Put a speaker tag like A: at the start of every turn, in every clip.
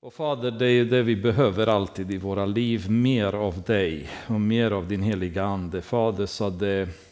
A: Och Fader, det är det vi behöver alltid i våra liv, mer av dig och mer av din heliga ande. Fader, så att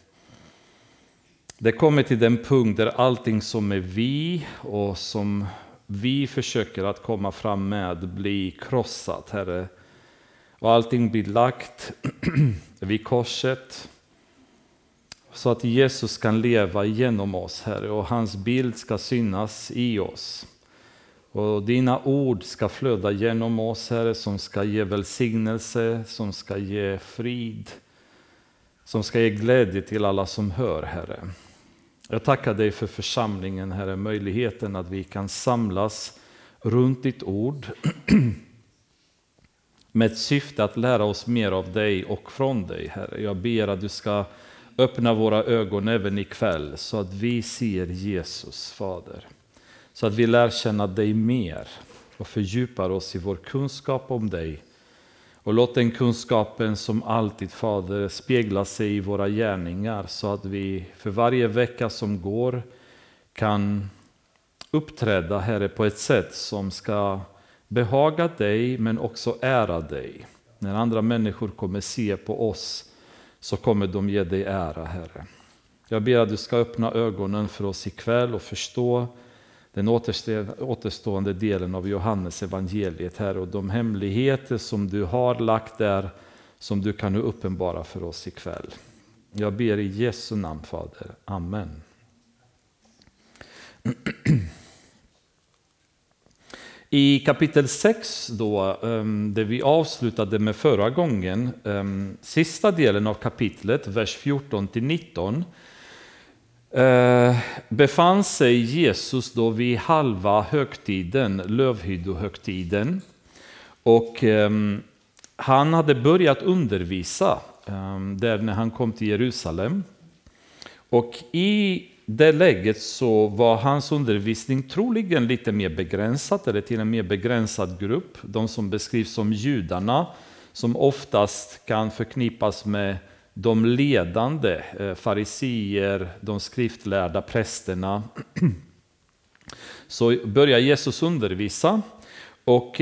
A: det kommer till den punkt där allting som är vi och som vi försöker att komma fram med blir krossat, Herre. Och allting blir lagt vid korset så att Jesus kan leva genom oss, Herre, och hans bild ska synas i oss. Och dina ord ska flöda genom oss, Herre, som ska ge välsignelse, som ska ge frid, som ska ge glädje till alla som hör, Herre. Jag tackar dig för församlingen, Herre, möjligheten att vi kan samlas runt ditt ord med ett syfte att lära oss mer av dig och från dig, Herre. Jag ber att du ska öppna våra ögon även ikväll så att vi ser Jesus, Fader. Så att vi lär känna dig mer och fördjupar oss i vår kunskap om dig. Och låt den kunskapen som alltid, Fader, spegla sig i våra gärningar så att vi för varje vecka som går kan uppträda, Herre, på ett sätt som ska behaga dig men också ära dig. När andra människor kommer se på oss så kommer de ge dig ära, Herre. Jag ber att du ska öppna ögonen för oss ikväll och förstå den återstående delen av Johannes evangeliet, Herre, och de hemligheter som du har lagt där som du kan nu uppenbara för oss ikväll. Jag ber i Jesu namn, Fader. Amen. I kapitel 6 då, det vi avslutade med förra gången, sista delen av kapitlet, vers 14-19, befann sig Jesus då vid halva högtiden, lövhyddohögtiden, och han hade börjat undervisa där när han kom till Jerusalem, och i det läget så var hans undervisning troligen lite mer begränsad, eller till en mer begränsad grupp, de som beskrivs som judarna, som oftast kan förknippas med de ledande fariseer, de skriftlärda prästerna. Så börjar Jesus undervisa, och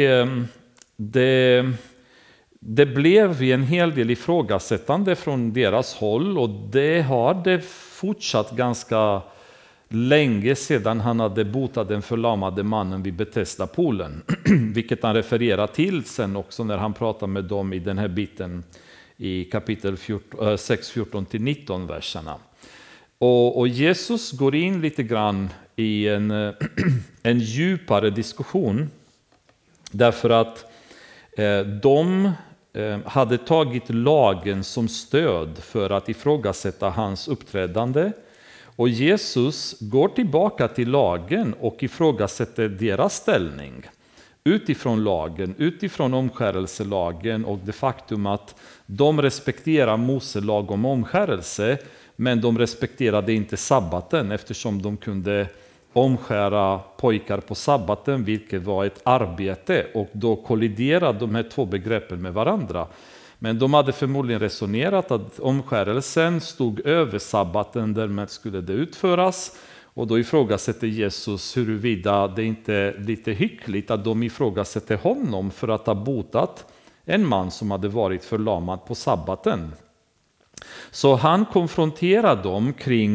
A: det blev en hel del ifrågasättande från deras håll, och det har det fortsatt ganska länge sedan han hade botat den förlamade mannen vid Betesda-poolen, vilket han refererar till sen också när han pratar med dem i den här biten i kapitel 6, 14-19 verserna. Och Jesus går in lite grann i en djupare diskussion, därför att de hade tagit lagen som stöd för att ifrågasätta hans uppträdande. Och Jesus går tillbaka till lagen och ifrågasätter deras ställning utifrån lagen, utifrån omskärelselagen och det faktum att de respekterar Mose lag om omskärelse, men de respekterade inte sabbaten eftersom de kunde omskära pojkar på sabbaten, vilket var ett arbete, och då kolliderade de här två begreppen med varandra. Men de hade förmodligen resonerat att omskärelsen stod över sabbaten, därmed skulle det utföras. Och då ifrågasätter Jesus huruvida det inte är lite hyckligt att de ifrågasätter honom för att ha botat en man som hade varit förlamad på sabbaten. Så han konfronterar dem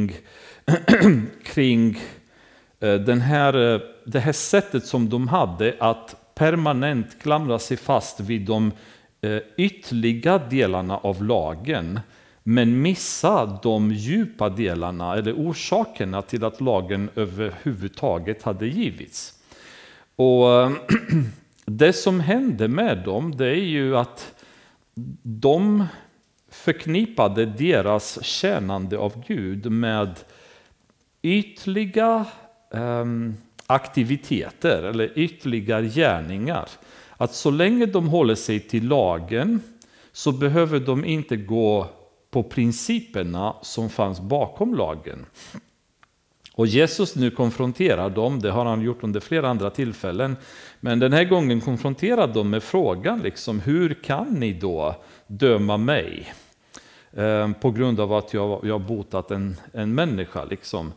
A: kring det här sättet som de hade att permanent klamra sig fast vid de ytliga delarna av lagen, men missa de djupa delarna eller orsakerna till att lagen överhuvudtaget hade givits. Och det som hände med dem, det är ju att de förknippade deras tjänande av Gud med ytliga aktiviteter eller ytliga gärningar. Att så länge de håller sig till lagen så behöver de inte gå på principerna som fanns bakom lagen. Och Jesus nu konfronterar dem, det har han gjort under flera andra tillfällen, men den här gången konfronterar de med frågan liksom, hur kan ni då döma mig på grund av att jag har botat en människa liksom.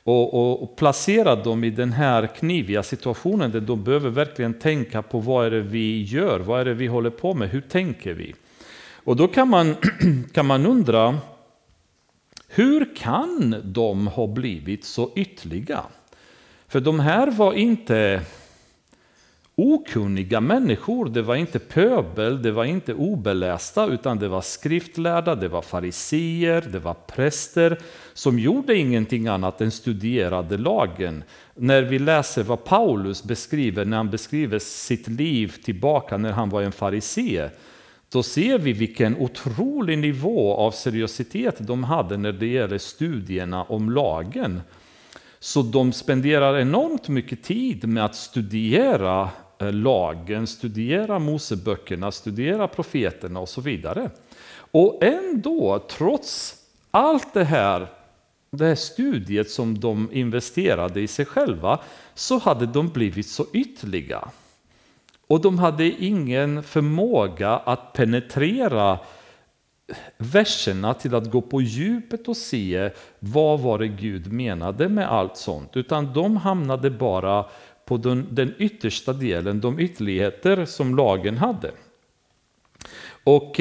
A: och placera dem i den här kniviga situationen där de behöver verkligen tänka på vad är det vi gör, vad är det vi håller på med, hur tänker vi? Och då kan man undra, hur kan de ha blivit så ytliga? För de här var inte okunniga människor, det var inte pöbel, det var inte obelästa, utan det var skriftlärda, det var fariseer, det var präster som gjorde ingenting annat än studerade lagen. När vi läser vad Paulus beskriver, när han beskriver sitt liv tillbaka när han var en farisee, då ser vi vilken otrolig nivå av seriositet de hade när det gäller studierna om lagen. Så de spenderar enormt mycket tid med att studera lagen, studera Moseböckerna, studera profeterna och så vidare. Och ändå, trots allt det här studiet som de investerade i sig själva, så hade de blivit så ytliga. Och de hade ingen förmåga att penetrera verserna till att gå på djupet och se vad var det Gud menade med allt sånt. Utan de hamnade bara på den yttersta delen, de ytterligheter som lagen hade. Och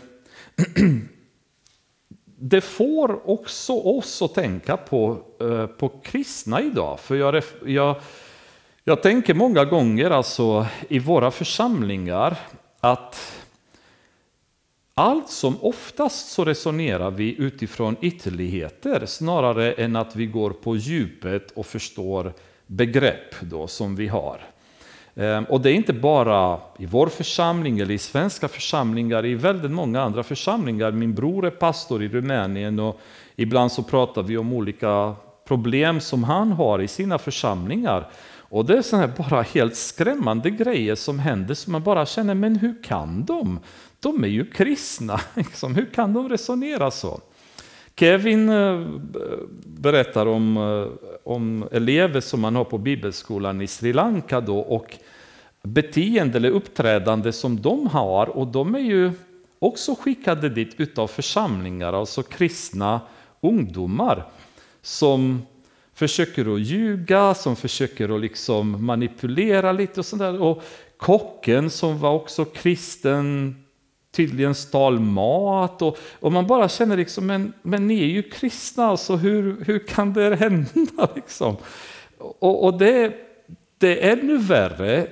A: det får också oss att tänka på kristna idag. För jag tänker många gånger alltså i våra församlingar att allt som oftast så resonerar vi utifrån ytterligheter snarare än att vi går på djupet och förstår begrepp då som vi har. Och det är inte bara i vår församling eller i svenska församlingar, i väldigt många andra församlingar. Min bror är pastor i Rumänien och ibland så pratar vi om olika problem som han har i sina församlingar. Och det är sådana här bara helt skrämmande grejer som händer som man bara känner, men hur kan de? De är ju kristna, liksom. Hur kan de resonera så? Kevin berättar om elever som man har på bibelskolan i Sri Lanka då, och beteende eller uppträdande som de har, och de är ju också skickade dit utav församlingar, alltså kristna ungdomar som försöker att ljuga, som försöker att liksom manipulera lite och sådär. Och kocken som var också kristen tydligen stal mat, och man bara känner liksom, men ni är ju kristna, alltså hur kan det hända liksom? Och det är ännu värre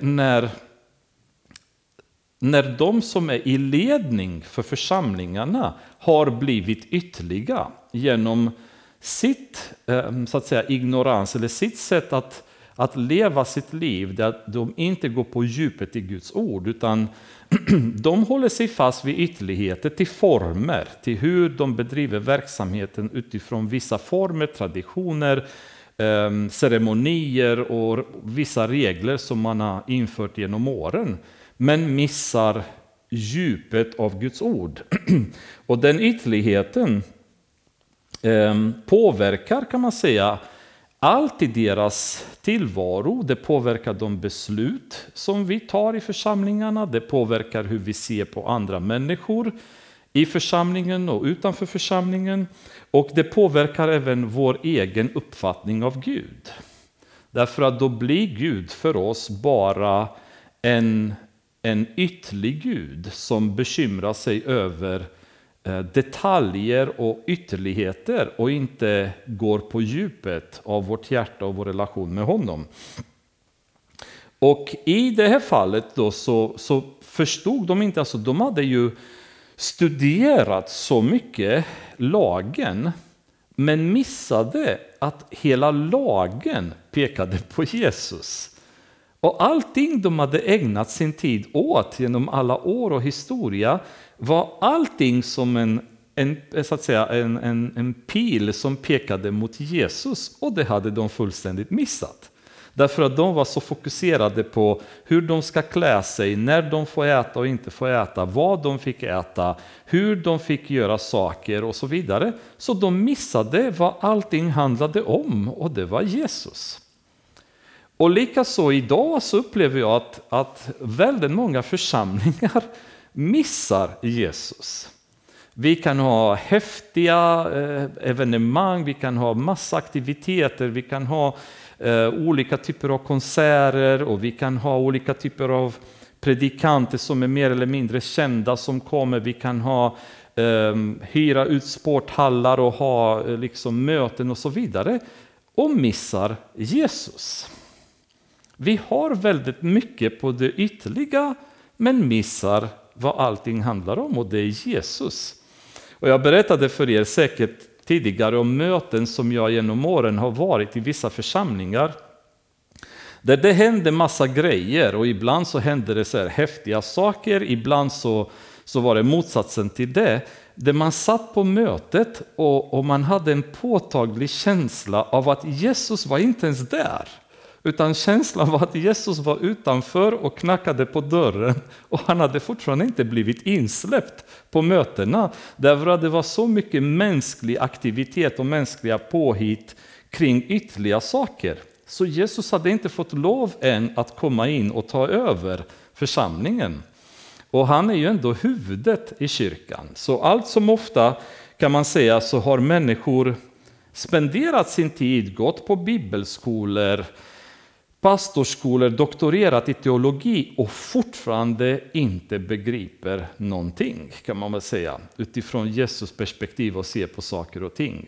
A: när de som är i ledning för församlingarna har blivit ytterliga genom sitt så att säga ignorans eller sitt sätt att leva sitt liv, där de inte går på djupet i Guds ord, utan de håller sig fast vid ytterligheter, till former, till hur de bedriver verksamheten utifrån vissa former, traditioner, ceremonier och vissa regler som man har infört genom åren, men missar djupet av Guds ord. Och den ytterligheten påverkar, kan man säga, allt i deras tillvaro. Det påverkar de beslut som vi tar i församlingarna. Det påverkar hur vi ser på andra människor i församlingen och utanför församlingen. Och det påverkar även vår egen uppfattning av Gud. Därför att då blir Gud för oss bara en ytterlig Gud som bekymrar sig över detaljer och ytterligheter och inte går på djupet av vårt hjärta och vår relation med honom. Och i det här fallet då så förstod de inte, alltså de hade ju studerat så mycket lagen, men missade att hela lagen pekade på Jesus. Och allting de hade ägnat sin tid åt genom alla år och historia var allting som en pil som pekade mot Jesus, och det hade de fullständigt missat. Därför att de var så fokuserade på hur de ska klä sig, när de får äta och inte får äta, vad de fick äta, hur de fick göra saker och så vidare. Så de missade vad allting handlade om, och det var Jesus. Och likaså idag så upplever jag att väldigt många församlingar missar Jesus. Vi kan ha häftiga evenemang, vi kan ha massa aktiviteter, vi kan ha olika typer av konserter och vi kan ha olika typer av predikanter som är mer eller mindre kända som kommer. Vi kan ha hyra ut sporthallar och ha liksom möten och så vidare och missar Jesus. Vi har väldigt mycket på det ytterliga men missar vad allting handlar om, och det är Jesus. Och jag berättade för er säkert tidigare om möten som jag genom åren har varit i vissa församlingar där det hände massa grejer, och ibland så hände det så här häftiga saker, ibland så var det motsatsen till det. Där man satt på mötet och man hade en påtaglig känsla av att Jesus var inte ens där. Utan känslan var att Jesus var utanför och knackade på dörren, och han hade fortfarande inte blivit insläppt på mötena. Därför att det var så mycket mänsklig aktivitet och mänskliga påhitt kring ytterligare saker. Så Jesus hade inte fått lov än att komma in och ta över församlingen. Och han är ju ändå huvudet i kyrkan. Så allt som ofta kan man säga så har människor spenderat sin tid, gått på bibelskolor, pastorskolor, doktorerat i teologi och fortfarande inte begriper någonting, kan man väl säga, utifrån Jesus perspektiv och se på saker och ting.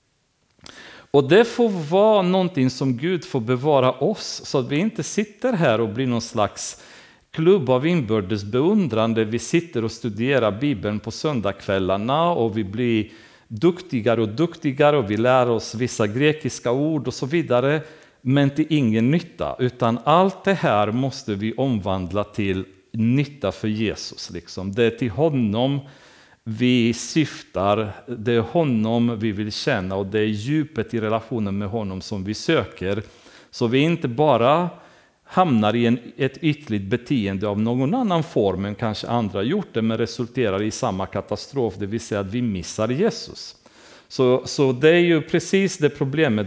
A: Och det får vara någonting som Gud får bevara oss, så att vi inte sitter här och blir någon slags klubb av inbördes beundrande. Vi sitter och studerar Bibeln på söndagskvällarna och vi blir duktigare och duktigare och vi lär oss vissa grekiska ord och så vidare, men till ingen nytta. Utan allt det här måste vi omvandla till nytta för Jesus. Liksom. Det är till honom vi syftar, det är honom vi vill känna, och det är djupet i relationen med honom som vi söker. Så vi inte bara hamnar i ett ytligt beteende av någon annan form än kanske andra gjort det, men resulterar i samma katastrof, det vill säga att vi missar Jesus. Så det är ju precis det problemet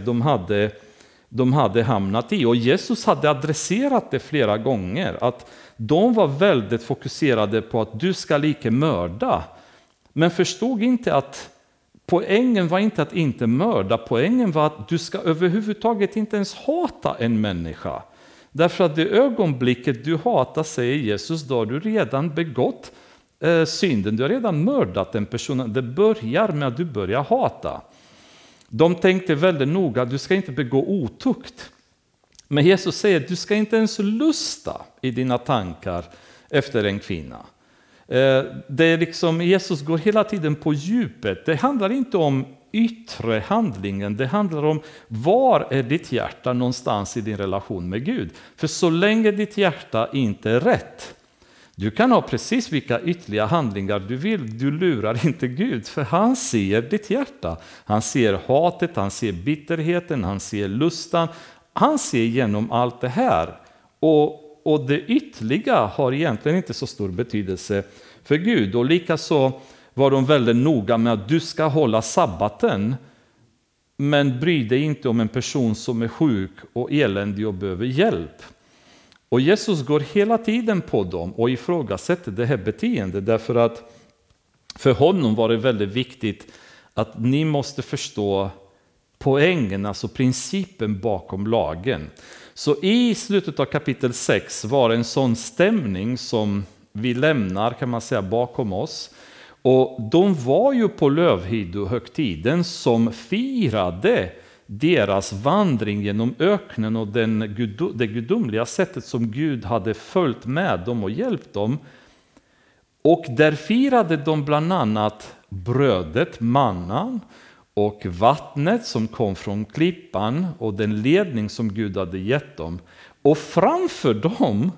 A: de hade hamnat i, och Jesus hade adresserat det flera gånger, att de var väldigt fokuserade på att du ska lika mörda, men förstod inte att poängen var inte att inte mörda, poängen var att du ska överhuvudtaget inte ens hata en människa. Därför att det ögonblicket du hatar, säger Jesus, då har du redan begått synden, du har redan mördat en person. Det börjar med att du börjar hata. De tänkte väldigt noga, du ska inte begå otukt. Men Jesus säger, du ska inte ens lusta i dina tankar efter en kvinna. Det är liksom, Jesus går hela tiden på djupet. Det handlar inte om yttre handlingen, det handlar om var är ditt hjärta någonstans i din relation med Gud. För så länge ditt hjärta inte är rätt, du kan ha precis vilka ytterliga handlingar du vill, du lurar inte Gud, för han ser ditt hjärta. Han ser hatet, han ser bitterheten, han ser lustan, han ser genom allt det här. Och det ytterliga har egentligen inte så stor betydelse för Gud. Och likaså var de väldigt noga med att du ska hålla sabbaten, men bry dig inte om en person som är sjuk och eländig och behöver hjälp. Och Jesus går hela tiden på dem och ifrågasätter det här beteendet, därför att för honom var det väldigt viktigt att ni måste förstå poängen, alltså principen bakom lagen. Så i slutet av kapitel 6 var en sån stämning som vi lämnar, kan man säga, bakom oss. Och de var ju på lövhyddohögtiden som firade deras vandring genom öknen och det gudomliga sättet som Gud hade följt med dem och hjälpt dem. Och där firade de bland annat brödet, mannan, och vattnet som kom från klippan och den ledning som Gud hade gett dem. Och framför dem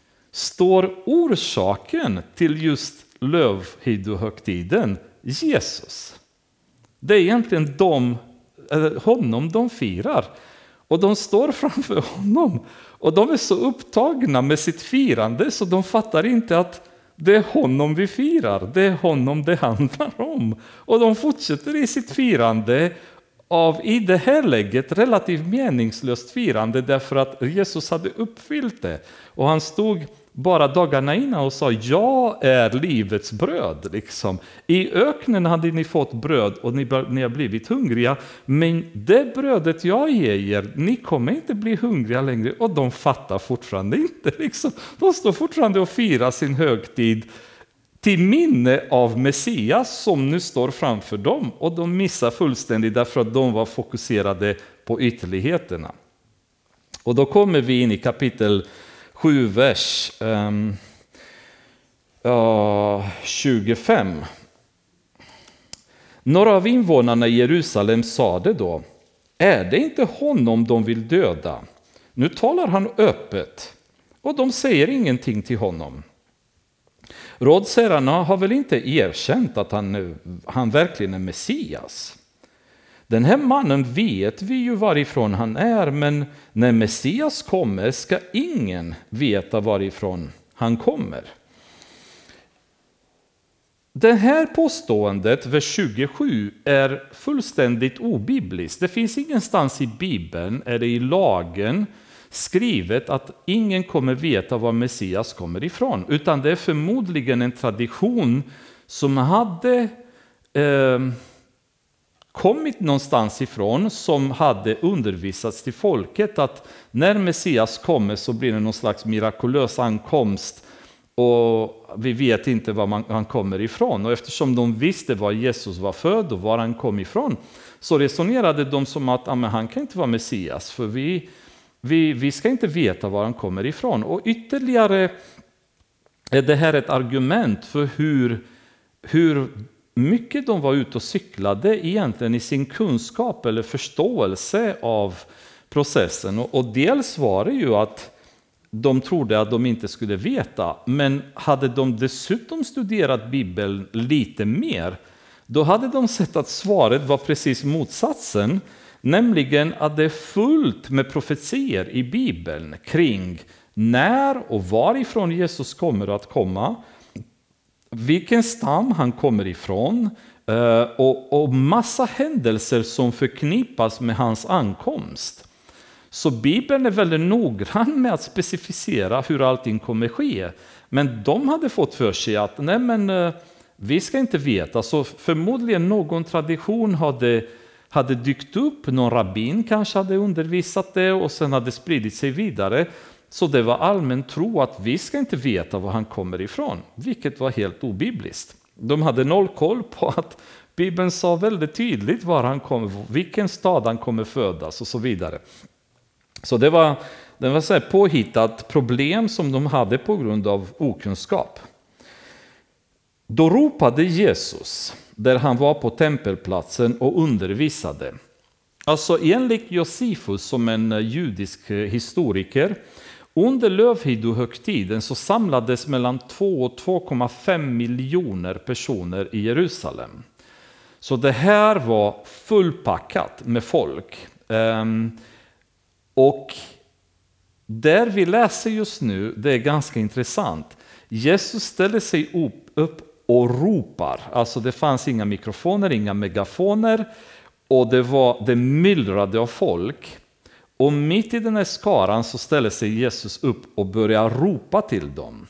A: står orsaken till just lövhyddohögtiden, Jesus. Det är egentligen honom de firar. Och de står framför honom. Och de är så upptagna med sitt firande så de fattar inte att det är honom vi firar. Det är honom det handlar om. Och de fortsätter i sitt firande i det här läget relativt meningslöst firande, därför att Jesus hade uppfyllt det. Och han stod bara dagarna innan och sa jag är livets bröd. Liksom. I öknen hade ni fått bröd och ni har blivit hungriga. Men det brödet jag ger er, ni kommer inte bli hungriga längre. Och de fattar fortfarande inte. Liksom. De står fortfarande och firar sin högtid till minne av Messias som nu står framför dem. Och de missar fullständigt därför att de var fokuserade på ytterligheterna. Och då kommer vi in i kapitel 7, vers 25. Några av invånarna i Jerusalem sade då, är det inte honom de vill döda? Nu talar han öppet och de säger ingenting till honom. Rådsherrarna har väl inte erkänt att han verkligen är Messias? Den här mannen vet vi ju varifrån han är, men när Messias kommer ska ingen veta varifrån han kommer. Det här påståendet, vers 27, är fullständigt obibliskt. Det finns ingenstans i Bibeln eller i lagen skrivet att ingen kommer veta var Messias kommer ifrån, utan det är förmodligen en tradition som hade kommit någonstans ifrån, som hade undervisats till folket att när Messias kommer så blir det någon slags mirakulös ankomst och vi vet inte var han kommer ifrån. Och eftersom de visste var Jesus var född och var han kom ifrån, så resonerade de som att han kan inte vara Messias, för vi ska inte veta var han kommer ifrån. Och ytterligare är det här ett argument för hur mycket de var ute och cyklade egentligen i sin kunskap eller förståelse av processen. Och dels var det ju att de trodde att de inte skulle veta, men hade de dessutom studerat Bibeln lite mer, då hade de sett att svaret var precis motsatsen, nämligen att det är fullt med profetier i Bibeln kring när och varifrån Jesus kommer att komma, vilken stam han kommer ifrån och massa händelser som förknippas med hans ankomst. Så Bibeln är väldigt noggrann med att specificera hur allting kommer ske. Men de hade fått för sig att vi ska inte veta. Så förmodligen någon tradition hade dykt upp, någon rabbin kanske hade undervisat det och sen hade spridit sig vidare. Så det var allmän tro att vi ska inte veta var han kommer ifrån, vilket var helt obibliskt. De hade noll koll på att Bibeln sa väldigt tydligt var han kommer, vilken stad han kommer födas och så vidare. Så det var så här påhittat problem som de hade på grund av okunskap. Då ropade Jesus där han var på tempelplatsen och undervisade. Alltså enligt Josefus, som en judisk historiker, under lövhyddohögtiden så samlades mellan 2 och 2,5 miljoner personer i Jerusalem. Så det här var fullpackat med folk. Och där vi läser just nu, det är ganska intressant. Jesus ställer sig upp och ropar. Alltså det fanns inga mikrofoner, inga megafoner. Och det myllrade av folk. Och mitt i den här skaran så ställer sig Jesus upp och börjar ropa till dem.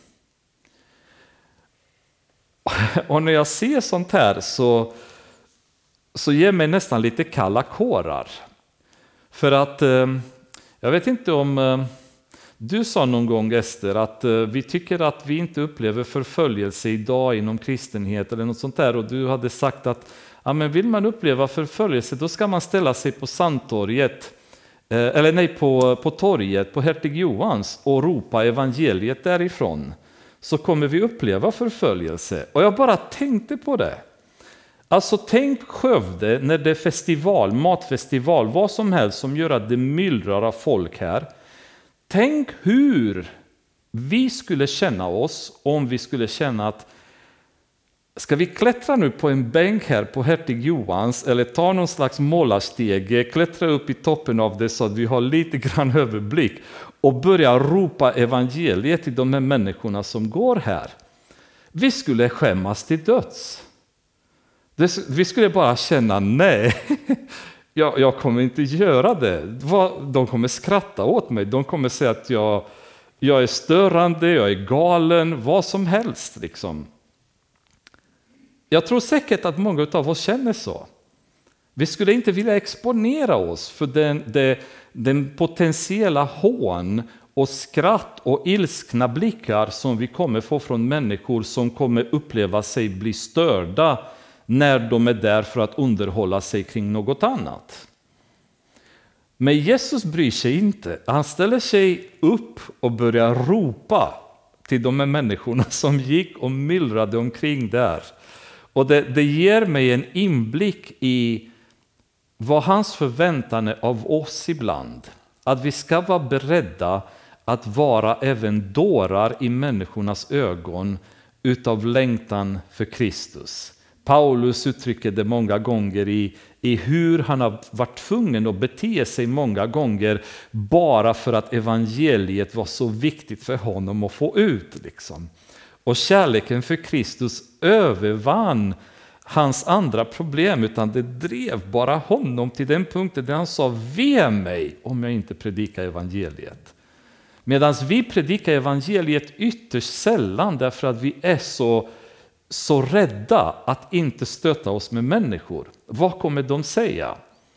A: Och när jag ser sånt här så ger mig nästan lite kalla kårar. För att jag vet inte om du sa någon gång, Ester, att vi tycker att vi inte upplever förföljelse idag inom kristenhet eller något sånt där. Och du hade sagt att men vill man uppleva förföljelse då ska man ställa sig på Sandtorget på torget på Hertig Johans och ropa evangeliet därifrån, så kommer vi uppleva förföljelse. Och jag bara tänkte på det. Alltså tänk Skövde när det är festival, matfestival, vad som helst som gör att det myllrar av folk här. Tänk hur vi skulle känna oss om vi skulle känna att ska vi klättra nu på en bänk här på Hertig Johans eller ta någon slags målarstege, klättra upp i toppen av det så att vi har lite grann överblick och börja ropa evangeliet till de här människorna som går här. Vi skulle skämmas till döds. Vi skulle bara känna nej, jag kommer inte göra det. De kommer skratta åt mig, de kommer säga att jag är störande, jag är galen, vad som helst liksom. Jag tror säkert att många av oss känner så. Vi skulle inte vilja exponera oss för den potentiella hån och skratt och ilskna blickar som vi kommer få från människor som kommer uppleva sig bli störda när de är där för att underhålla sig kring något annat. Men Jesus bryr sig inte. Han ställer sig upp och börjar ropa till de här människorna som gick och myllrade omkring där. Och det ger mig en inblick i vad hans förväntan är av oss ibland. Att vi ska vara beredda att vara även dårar i människornas ögon utav längtan för Kristus. Paulus uttrycker det många gånger i hur han har varit tvungen att bete sig många gånger bara för att evangeliet var så viktigt för honom att få ut. Liksom. Och kärleken för Kristus övervann hans andra problem, utan det drev bara honom till den punkten där han sa: ve mig om jag inte predikar evangeliet. Medan vi predikar evangeliet ytterst sällan därför att vi är så rädda att inte stöta oss med människor. Vad kommer de säga?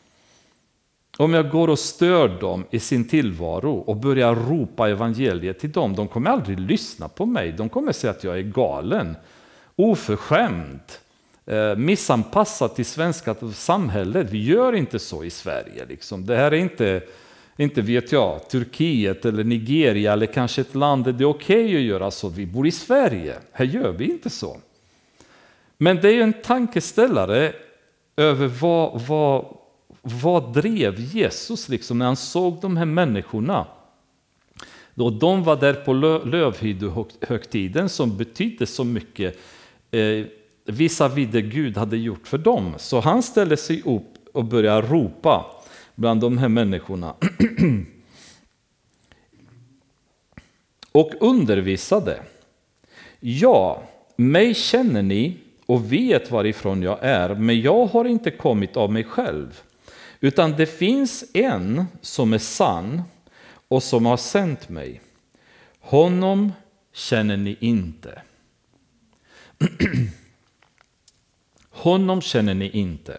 A: Om jag går och stör dem i sin tillvaro och börjar ropa evangeliet till dem, de kommer aldrig lyssna på mig. De kommer säga att jag är galen, oförskämd, missanpassad till svenska samhället. Vi gör inte så i Sverige. Liksom. Det här är inte vet jag, Turkiet eller Nigeria eller kanske ett land där det är okej att göra så. Vi bor i Sverige, här gör vi inte så. Men det är ju en tankeställare över vad drev Jesus liksom, när han såg de här människorna. Då de var där på lövhyddohögtiden som betydde så mycket visavi det Gud hade gjort för dem. Så han ställde sig upp och började ropa bland de här människorna. Och undervisade. Ja, mig känner ni och vet varifrån jag är, men jag har inte kommit av mig själv. Utan det finns en som är sann och som har sänt mig. Honom känner ni inte. Honom känner ni inte.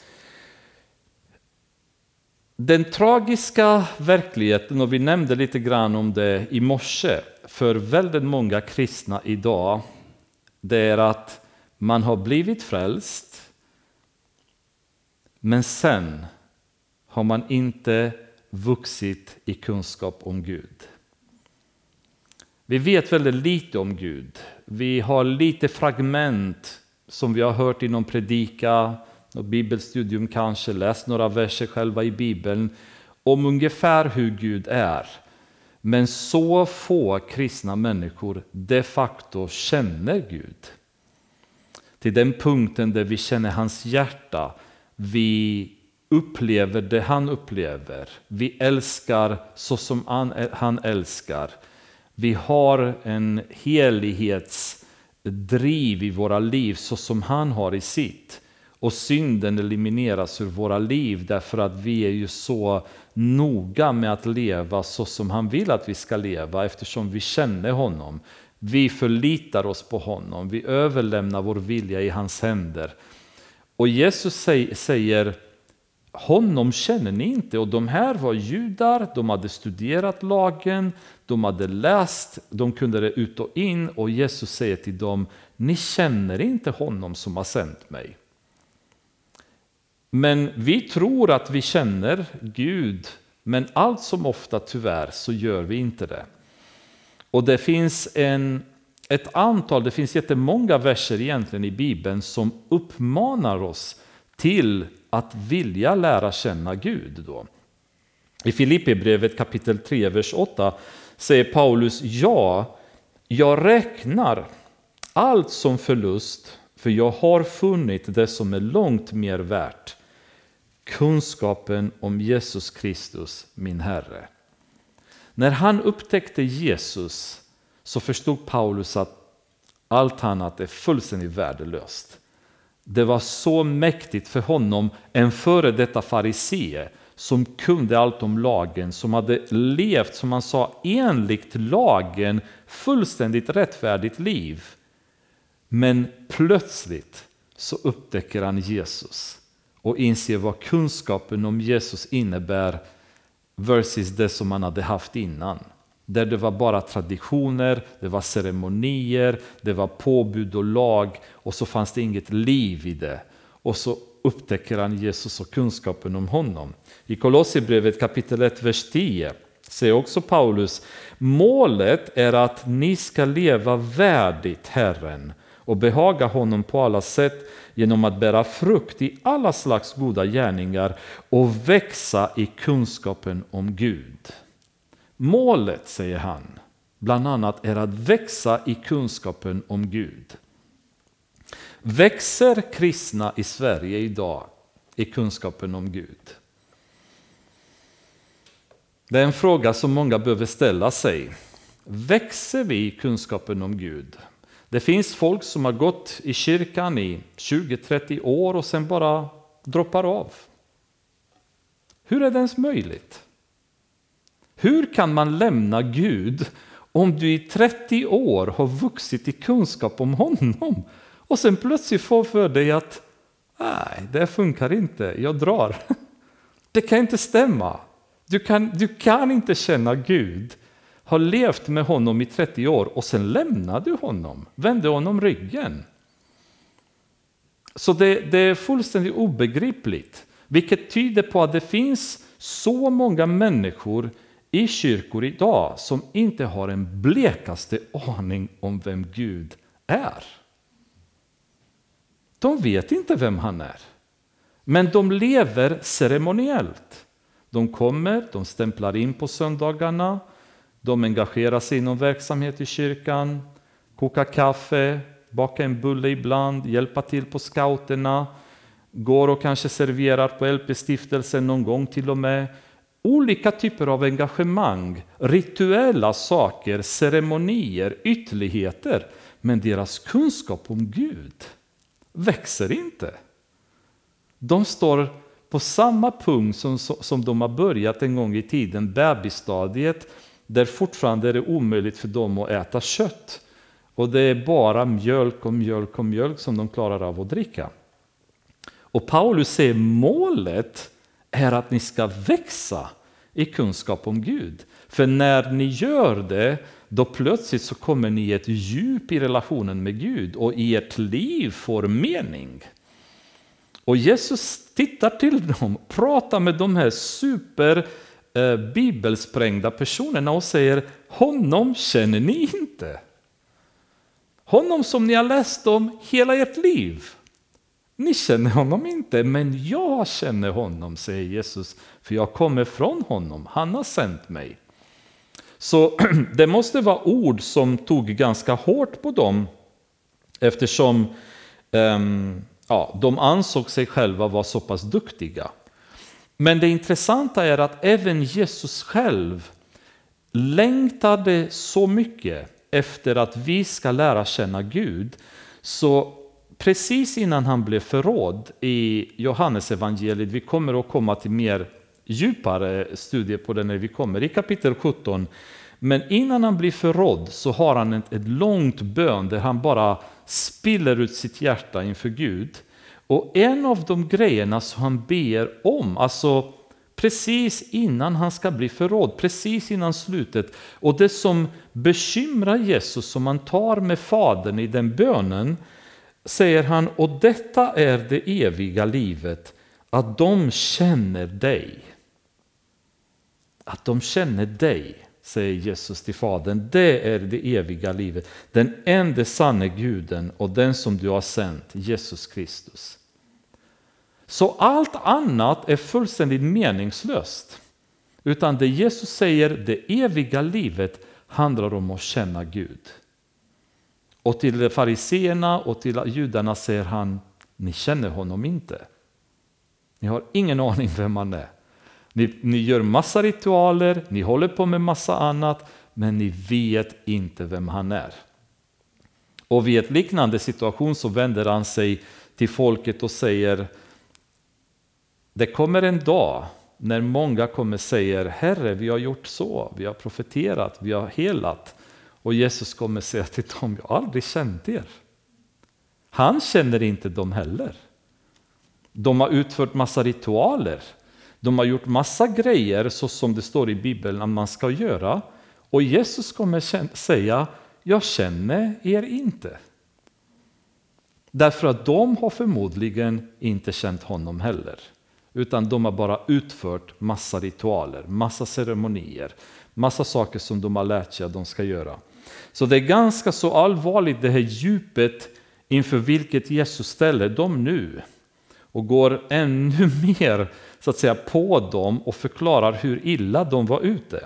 A: Den tragiska verkligheten, och vi nämnde lite grann om det i morse, för väldigt många kristna idag, det är att man har blivit frälst, men sen har man inte vuxit i kunskap om Gud. Vi vet väldigt lite om Gud. Vi har lite fragment som vi har hört i någon predika, och bibelstudium kanske, läst några verser själva i Bibeln om ungefär hur Gud är. Men så få kristna människor de facto känner Gud. Till den punkten där vi känner hans hjärta, vi upplever det han upplever. Vi älskar så som han älskar. Vi har en helighetsdriv i våra liv så som han har i sitt. Och synden elimineras ur våra liv därför att vi är ju så noga med att leva så som han vill att vi ska leva, eftersom vi känner honom. Vi förlitar oss på honom. Vi överlämnar vår vilja i hans händer. Och Jesus säger: honom känner ni inte. Och de här var judar, de hade studerat lagen, de hade läst, de kunde det ut och in. Och Jesus säger till dem: ni känner inte honom som har sänt mig. Men vi tror att vi känner Gud, men allt som ofta tyvärr så gör vi inte det. Och det finns det finns jättemånga verser egentligen i Bibeln som uppmanar oss till att vilja lära känna Gud. Då. I Filippibrevet kapitel 3, vers 8 säger Paulus: ja, jag räknar allt som förlust, för jag har funnit det som är långt mer värt, kunskapen om Jesus Kristus, min Herre. När han upptäckte Jesus så förstod Paulus att allt annat är fullständigt värdelöst. Det var så mäktigt för honom, en före detta farisee, som kunde allt om lagen, som hade levt, som man sa, enligt lagen, fullständigt rättfärdigt liv. Men plötsligt så upptäcker han Jesus och inser vad kunskapen om Jesus innebär versus det som han hade haft innan. Där det var bara traditioner, det var ceremonier, det var påbud och lag och så fanns det inget liv i det. Och så upptäcker han Jesus och kunskapen om honom. I Kolosserbrevet kapitel 1, vers 10 säger också Paulus: målet är att ni ska leva värdigt Herren och behaga honom på alla sätt genom att bära frukt i alla slags goda gärningar och växa i kunskapen om Gud. Målet, säger han, bland annat är att växa i kunskapen om Gud. Växer kristna i Sverige idag i kunskapen om Gud? Det är en fråga som många behöver ställa sig. Växer vi i kunskapen om Gud? Det finns folk som har gått i kyrkan i 20-30 år och sen bara droppar av. Hur är det ens möjligt? Hur kan man lämna Gud om du i 30 år har vuxit i kunskap om honom och sen plötsligt får för dig att nej, det funkar inte, jag drar. Det kan inte stämma. Du kan inte känna Gud, ha levt med honom i 30 år och sen lämnar du honom, vänder honom ryggen. Så det är fullständigt obegripligt, vilket tyder på att det finns så många människor i kyrkor idag som inte har en blekaste aning om vem Gud är. De vet inte vem han är. Men de lever ceremoniellt. De kommer, de stämplar in på söndagarna, de engagerar sig i någon verksamhet i kyrkan, kokar kaffe, bakar en bulle ibland, hjälper till på scouterna, går och kanske serverar på LP-stiftelsen någon gång till och med. Olika typer av engagemang, rituella saker, ceremonier, ytterligheter. Men deras kunskap om Gud växer inte. De står på samma punkt som de har börjat en gång i tiden, bebisstadiet, där fortfarande är det omöjligt för dem att äta kött. Och det är bara mjölk och mjölk och mjölk som de klarar av att dricka. Och Paulus säger målet är att ni ska växa i kunskap om Gud. För när ni gör det, då plötsligt så kommer ni ett djup i relationen med Gud och ert liv får mening. Och Jesus tittar till dem, pratar med de här bibelsprängda personerna och säger: honom känner ni inte. Honom som ni har läst om hela ert liv. Ni känner honom inte, men jag känner honom, säger Jesus, för jag kommer från honom. Han har sänt mig. Så det måste vara ord som tog ganska hårt på dem, eftersom de ansåg sig själva vara så pass duktiga. Men det intressanta är att även Jesus själv längtade så mycket efter att vi ska lära känna Gud, så precis innan han blev förrådd i Johannes evangeliet, vi kommer att komma till mer djupare studier på det när vi kommer i kapitel 17, men innan han blir förrådd så har han ett långt bön där han bara spiller ut sitt hjärta inför Gud. Och en av de grejerna som han ber om, alltså precis innan han ska bli förrådd, precis innan slutet, och det som bekymrar Jesus som han tar med Fadern i den bönen, säger han: och detta är det eviga livet, att de känner dig. Att de känner dig, säger Jesus till Fadern, det är det eviga livet. Den enda sanne Guden och den som du har sänt, Jesus Kristus. Så allt annat är fullständigt meningslöst. Utan det Jesus säger, det eviga livet, handlar om att känna Gud. Och till fariseerna och till judarna säger han: ni känner honom inte. Ni har ingen aning vem han är. Ni gör massa ritualer, ni håller på med massa annat, men ni vet inte vem han är. Och vid ett liknande situation så vänder han sig till folket och säger: det kommer en dag när många kommer och säger: Herre, vi har gjort så, vi har profeterat, vi har helat. Och Jesus kommer säga till dem: jag har aldrig känt er. Han känner inte dem heller. De har utfört massa ritualer. De har gjort massa grejer så som det står i Bibeln att man ska göra. Och Jesus kommer säga: jag känner er inte. Därför att de har förmodligen inte känt honom heller. Utan de har bara utfört massa ritualer, massa ceremonier, massa saker som de har lärt sig att de ska göra. Så det är ganska så allvarligt, det här djupet inför vilket Jesus ställer dem nu. Och går ännu mer så att säga på dem och förklarar hur illa de var ute.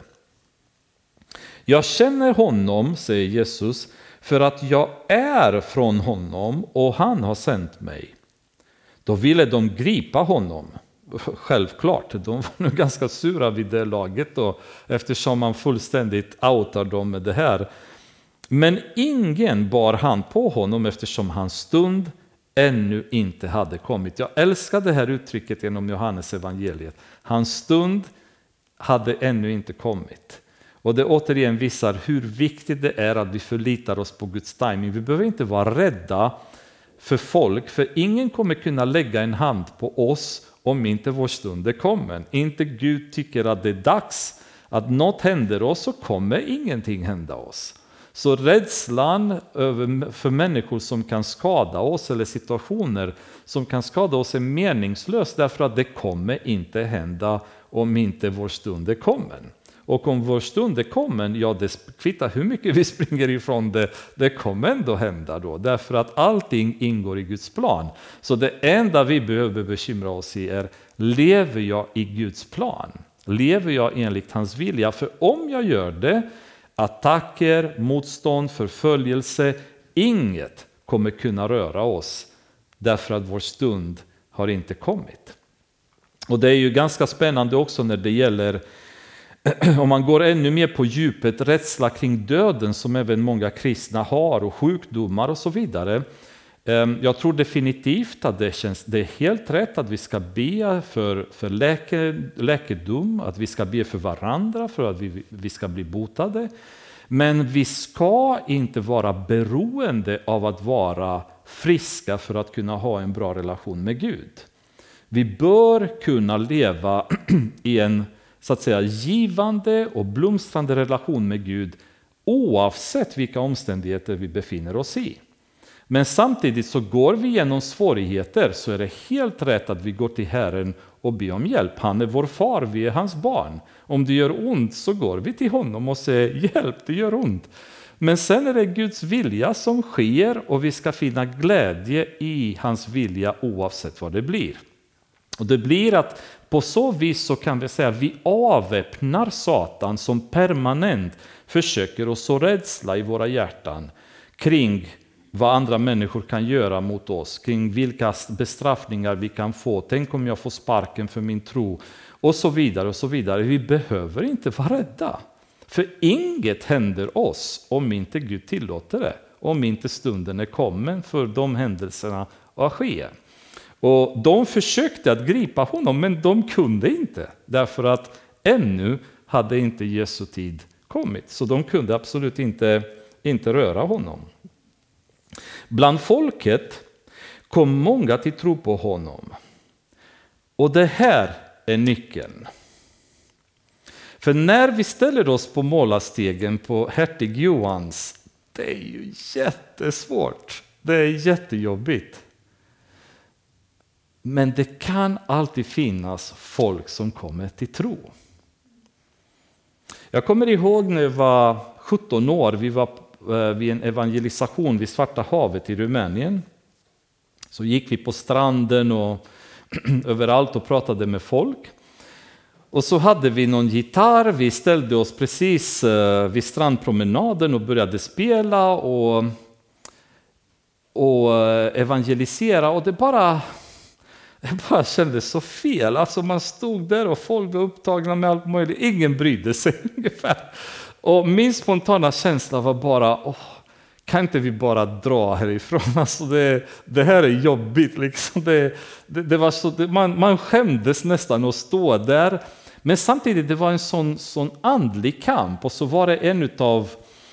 A: Jag känner honom, säger Jesus, för att jag är från honom och han har sänt mig. Då ville de gripa honom. Självklart, de var nu ganska sura vid det laget då, eftersom man fullständigt outar dem med det här. Men ingen bar hand på honom eftersom hans stund ännu inte hade kommit. Jag älskar det här uttrycket genom Johannes evangeliet. Hans stund hade ännu inte kommit. Och det återigen visar hur viktigt det är att vi förlitar oss på Guds timing. Vi behöver inte vara rädda för folk, för ingen kommer kunna lägga en hand på oss om inte vår stund är kommen. Inte Gud tycker att det är dags att något händer oss, så kommer ingenting hända oss. Så rädslan för människor som kan skada oss eller situationer som kan skada oss är meningslös, därför att det kommer inte hända om inte vår stund är kommen. Och om vår stund är kommen, ja, det kvittar hur mycket vi springer ifrån det kommer ändå hända då. Därför att allting ingår i Guds plan. Så det enda vi behöver bekymra oss i är: lever jag i Guds plan? Lever jag enligt hans vilja? För om jag gör det, attacker, motstånd, förföljelse, inget kommer kunna röra oss. Därför att vår stund har inte kommit. Och det är ju ganska spännande också när det gäller, om man går ännu mer på djupet, rädsla kring döden som även många kristna har, och sjukdomar och så vidare. Jag tror definitivt att det är helt rätt att vi ska be för läkedom, att vi ska be för varandra för att vi ska bli botade. Men vi ska inte vara beroende av att vara friska för att kunna ha en bra relation med Gud. Vi bör kunna leva i en så att säga givande och blomstrande relation med Gud oavsett vilka omständigheter vi befinner oss i. Men samtidigt så går vi igenom svårigheter, så är det helt rätt att vi går till Herren och ber om hjälp. Han är vår far, vi är hans barn. Om det gör ont så går vi till honom och säger: hjälp, det gör ont. Men sen är det Guds vilja som sker, och vi ska finna glädje i hans vilja oavsett vad det blir. Och det blir att på så vis så kan vi säga att vi avväpnar Satan som permanent försöker att så rädsla i våra hjärtan kring vad andra människor kan göra mot oss, kring vilka bestraffningar vi kan få. Tänk om jag får sparken för min tro, och så vidare och så vidare. Vi behöver inte vara rädda, för inget händer oss om inte Gud tillåter det, om inte stunden är kommen för de händelserna att ske. Och de försökte att gripa honom, men de kunde inte, därför att ännu hade inte Jesu tid kommit. Så de kunde absolut inte röra honom. Bland folket kom många till tro på honom. Och det här är nyckeln. För när vi ställer oss på målarstegen på hertig Johans, det är ju jättesvårt. Det är jättejobbigt. Men det kan alltid finnas folk som kommer till tro. Jag kommer ihåg när jag var 17 år, vi var vid en evangelisation vid Svarta havet i Rumänien. Så gick vi på stranden och överallt och pratade med folk. Och så hade vi någon gitarr, vi ställde oss precis vid strandpromenaden och började spela och evangelisera. Och det bara kändes så fel. Alltså man stod där och folk var upptagna med allt möjligt. Ingen brydde sig ungefär. Och min spontana känsla var bara, kan inte vi bara dra härifrån? Alltså det här är jobbigt. Liksom. Det var så, man skämdes nästan att stå där. Men samtidigt det var en sån andlig kamp. Och så var det en av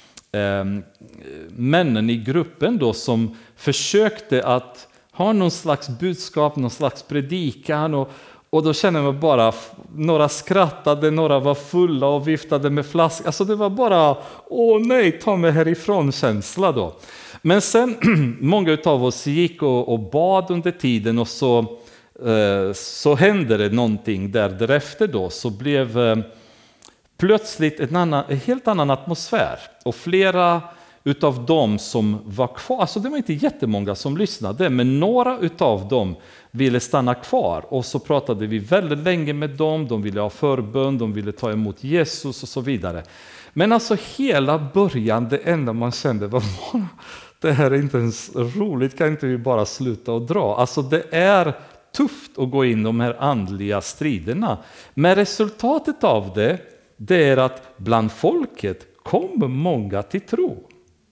A: männen i gruppen då som försökte att ha någon slags budskap, någon slags predikan. Och då kände man bara, några skrattade, några var fulla och viftade med flaskor. Alltså det var bara, åh nej, ta mig härifrån känsla då. Men sen, många av oss gick och bad under tiden och så hände det någonting därefter då. Så blev plötsligt en helt annan atmosfär. Och flera utav dem som var kvar, alltså det var inte jättemånga som lyssnade, men några utav dem ville stanna kvar. Och så pratade vi väldigt länge med dem, de ville ha förbön, de ville ta emot Jesus och så vidare. Men alltså hela början, det enda man kände var det här är inte ens roligt, kan inte vi bara sluta och dra? Alltså det är tufft att gå in i de här andliga striderna. Men resultatet av det är att bland folket kommer många till tro.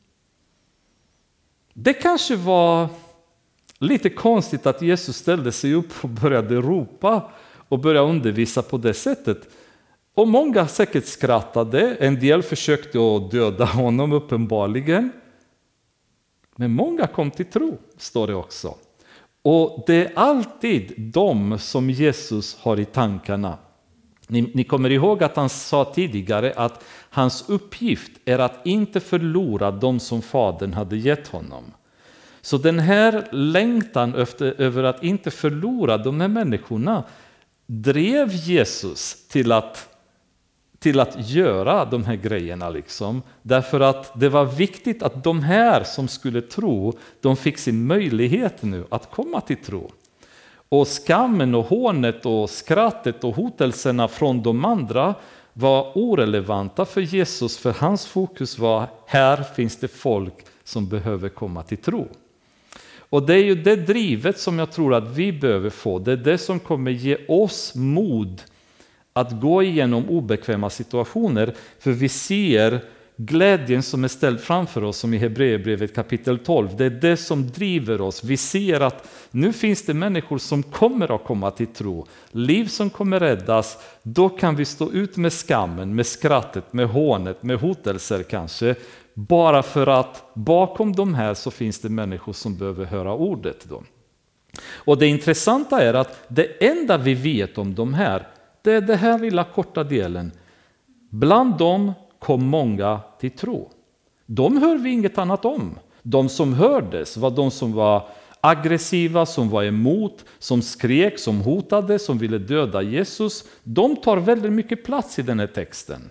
A: Det kanske var lite konstigt att Jesus ställde sig upp och började ropa och började undervisa på det sättet. Och många säkert skrattade, en del försökte att döda honom uppenbarligen. Men många kom till tro, står det också. Och det är alltid de som Jesus har i tankarna. Ni kommer ihåg att han sa tidigare att hans uppgift är att inte förlora de som Fadern hade gett honom. Så den här längtan över att inte förlora de här människorna drev Jesus till att göra de här grejerna. Liksom. Därför att det var viktigt att de här som skulle tro, de fick sin möjlighet nu att komma till tro. Och skammen och hånet och skrattet och hotelserna från de andra var orelevanta för Jesus, för hans fokus var, här finns det folk som behöver komma till tro. Och det är ju det drivet som jag tror att vi behöver få. Det är det som kommer ge oss mod att gå igenom obekväma situationer. För vi ser glädjen som är ställd framför oss, som i Hebreerbrevet kapitel 12. Det är det som driver oss. Vi ser att nu finns det människor som kommer att komma till tro. Liv som kommer räddas. Då kan vi stå ut med skammen, med skrattet, med hånet, med hotelser kanske. Bara för att bakom de här så finns det människor som behöver höra ordet då. Och det intressanta är att det enda vi vet om de här, det är den här lilla korta delen. Bland dem kom många till tro. De hör vi inget annat om. De som hördes var de som var aggressiva, som var emot, som skrek, som hotade, som ville döda Jesus. De tar väldigt mycket plats i den här texten.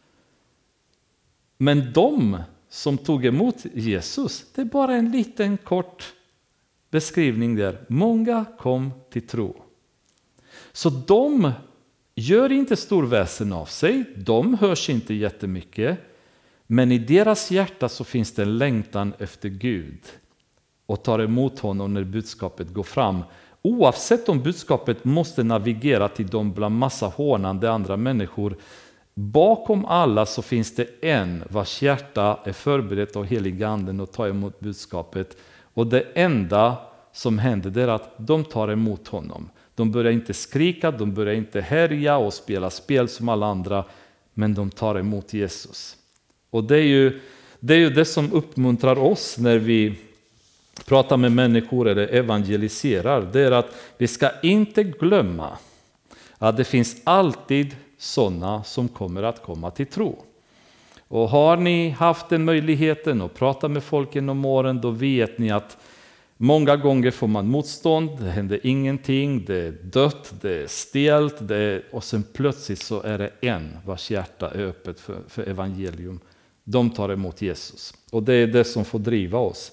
A: Men de som tog emot Jesus, det är bara en liten kort beskrivning där. Många kom till tro. Så de gör inte stor väsen av sig, de hörs inte jättemycket, men i deras hjärta så finns det en längtan efter Gud och tar emot honom när budskapet går fram. Oavsett om budskapet måste navigera till dem bland massa hånande andra människor, bakom alla så finns det en vars hjärta är förberett av heliga anden och tar emot budskapet. Och det enda som händer är att de tar emot honom. De börjar inte skrika, de börjar inte härja och spela spel som alla andra, men de tar emot Jesus. Och det är ju det som uppmuntrar oss när vi pratar med människor eller evangeliserar. Det är att vi ska inte glömma att det finns alltid sådana som kommer att komma till tro. Och har ni haft den möjligheten att prata med folk genom åren, då vet ni att många gånger får man motstånd, det händer ingenting, det är dött, det är stelt, och sen plötsligt så är det en vars hjärta är öppet för evangelium. De tar emot Jesus. Och det är det som får driva oss.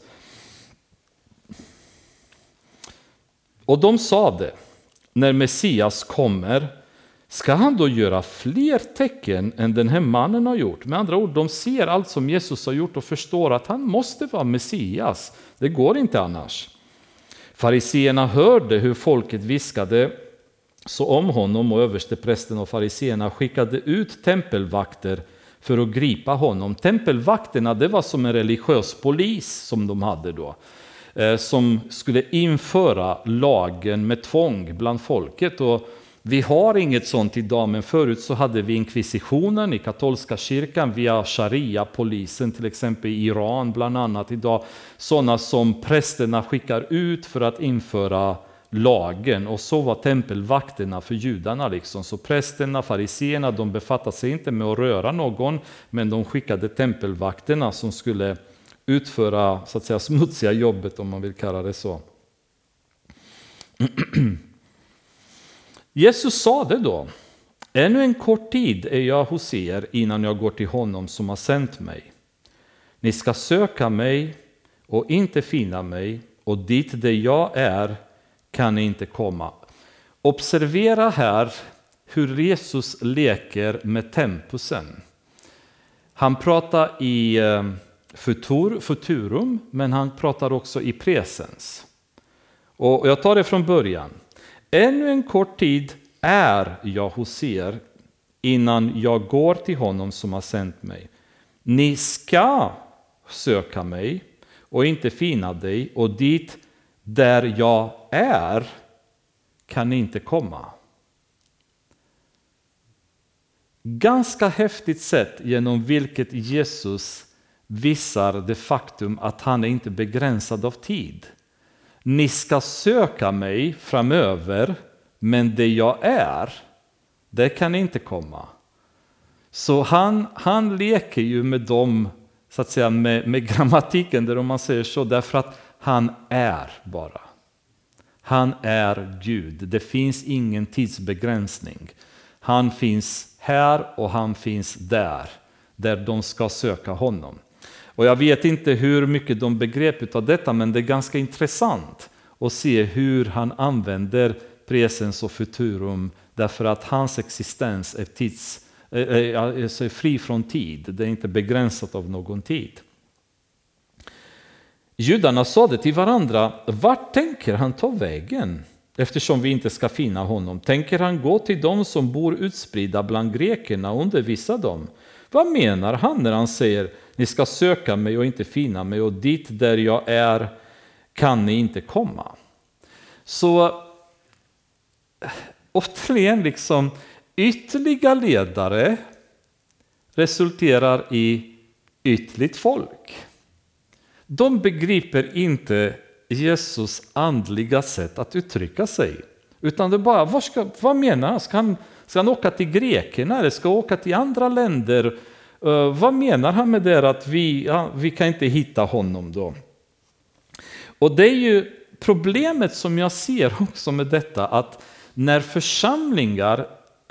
A: Och de sa det, när Messias kommer, ska han då göra fler tecken än den här mannen har gjort? Med andra ord, de ser allt som Jesus har gjort och förstår att han måste vara Messias. Det går inte annars. Fariseerna hörde hur folket viskade så om honom, och översteprästen och fariseerna skickade ut tempelvakter för att gripa honom. Tempelvakterna, det var som en religiös polis som de hade då. Som skulle införa lagen med tvång bland folket. Och vi har inget sånt idag, men förut så hade vi inkvisitionen i katolska kyrkan via sharia-polisen, till exempel i Iran bland annat idag. Sådana som prästerna skickar ut för att införa lagen, och så var tempelvakterna för judarna liksom. Så prästerna, fariseerna, de befattade sig inte med att röra någon, men de skickade tempelvakterna som skulle utföra så att säga smutsiga jobbet, om man vill kalla det så. Jesus sa det då: ännu en kort tid är jag hos er innan jag går till honom som har sänt mig. Ni ska söka mig och inte finna mig, och dit där jag är kan ni inte komma. Observera här hur Jesus leker med tempusen. Han pratar i futurum, men han pratar också i presens. Och jag tar det från början. Ännu en kort tid är jag hos er innan jag går till honom som har sänt mig. Ni ska söka mig och inte finna dig, och dit där jag är kan ni inte komma. Ganska häftigt sätt genom vilket Jesus visar det faktum att han är inte begränsad av tid. Ni ska söka mig framöver, men det jag är, det kan ni inte komma. Så han leker ju med dem, så att säga, med grammatiken, där man säger så, därför att han är bara. Han är Gud. Det finns ingen tidsbegränsning. Han finns här och han finns där de ska söka honom. Och jag vet inte hur mycket de begrep av detta, men det är ganska intressant att se hur han använder presens och futurum, därför att hans existens är fri från tid. Det är inte begränsat av någon tid. Judarna sa det till varandra: vart tänker han ta vägen, eftersom vi inte ska finna honom? Tänker han gå till dem som bor utspridda bland grekerna och undervisa dem? Vad menar han när han säger: ni ska söka mig och inte finna mig, och dit där jag är kan ni inte komma? Så återigen, liksom, ytterliga ledare resulterar i ytterligt folk. De begriper inte Jesus andliga sätt att uttrycka sig, utan det bara, vad menar han? Ska han åka till grekerna eller ska han åka till andra länder? Vad menar han med det att vi kan inte hitta honom då? Och det är ju problemet som jag ser också med detta, att när församlingar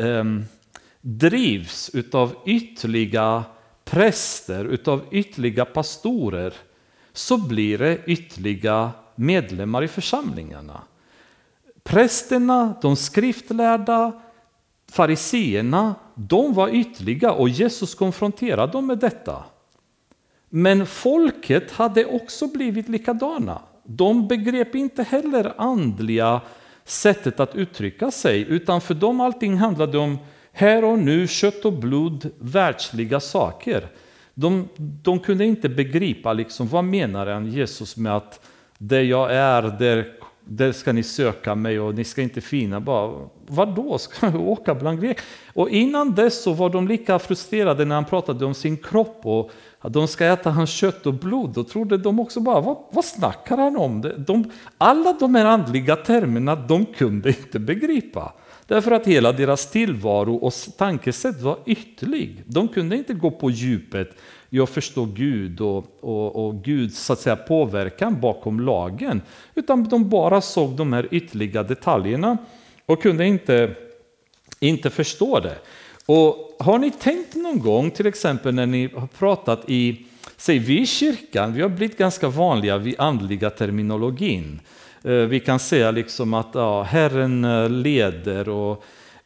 A: drivs utav ytterliga präster, utav ytterliga pastorer, så blir det ytterliga medlemmar i församlingarna. Prästerna, de skriftlärda, fariseerna, de var ytterliga och Jesus konfronterade dem med detta. Men folket hade också blivit likadana. De begrep inte heller andliga sättet att uttrycka sig, utan för dem allting handlade om här och nu, kött och blod, världsliga saker. De kunde inte begripa liksom, vad menar han Jesus med att där jag är, där ska ni söka mig och ni ska inte finna. Vadå, ska jag åka bland grek? Och innan dess så var de lika frustrerade när han pratade om sin kropp och att de ska äta hans kött och blod. Då trodde de också bara, vad snackar han om? Alla de här andliga termerna de kunde inte begripa. Därför att hela deras tillvaro och tankesätt var ytterlig. De kunde inte gå på djupet i att förstå Gud och Guds, så att säga, påverkan bakom lagen. Utan de bara såg de här ytterliga detaljerna och kunde inte förstå det. Och har ni tänkt någon gång, till exempel när ni har pratat vi i kyrkan, vi har blivit ganska vanliga vid andliga terminologin. Vi kan säga liksom att Herren leder och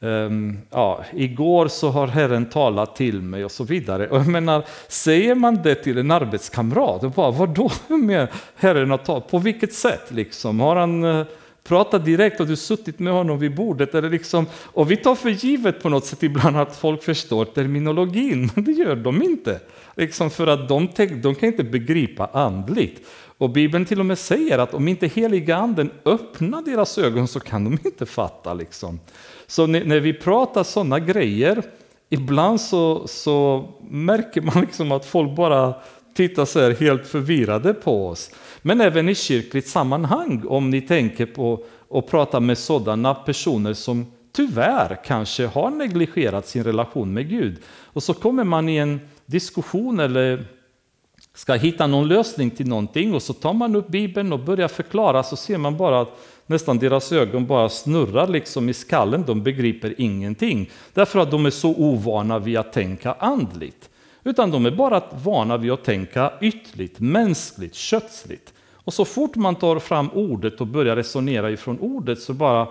A: igår så har Herren talat till mig och så vidare. Och jag menar, säger man det till en arbetskamrat, och bara, vadå med Herren har talat? På vilket sätt liksom? Har han prata direkt och du suttit med honom vid bordet. Eller liksom, och vi tar för givet på något sätt ibland att folk förstår terminologin, men det gör de inte. Liksom för att de kan inte begripa andligt. Och Bibeln till och med säger att om inte heliga anden öppnar deras ögon så kan de inte fatta. Liksom. Så när vi pratar sådana grejer, ibland så märker man liksom att folk bara tittar så här helt förvirrade på oss. Men även i kyrkligt sammanhang, om ni tänker på och pratar med sådana personer som tyvärr kanske har negligerat sin relation med Gud. Och så kommer man i en diskussion eller ska hitta någon lösning till någonting och så tar man upp Bibeln och börjar förklara, så ser man bara att nästan deras ögon bara snurrar liksom i skallen. De begriper ingenting därför att de är så ovana vid att tänka andligt. Utan de är bara vana vid att tänka ytligt, mänskligt, kötsligt. Och så fort man tar fram ordet och börjar resonera ifrån ordet så bara,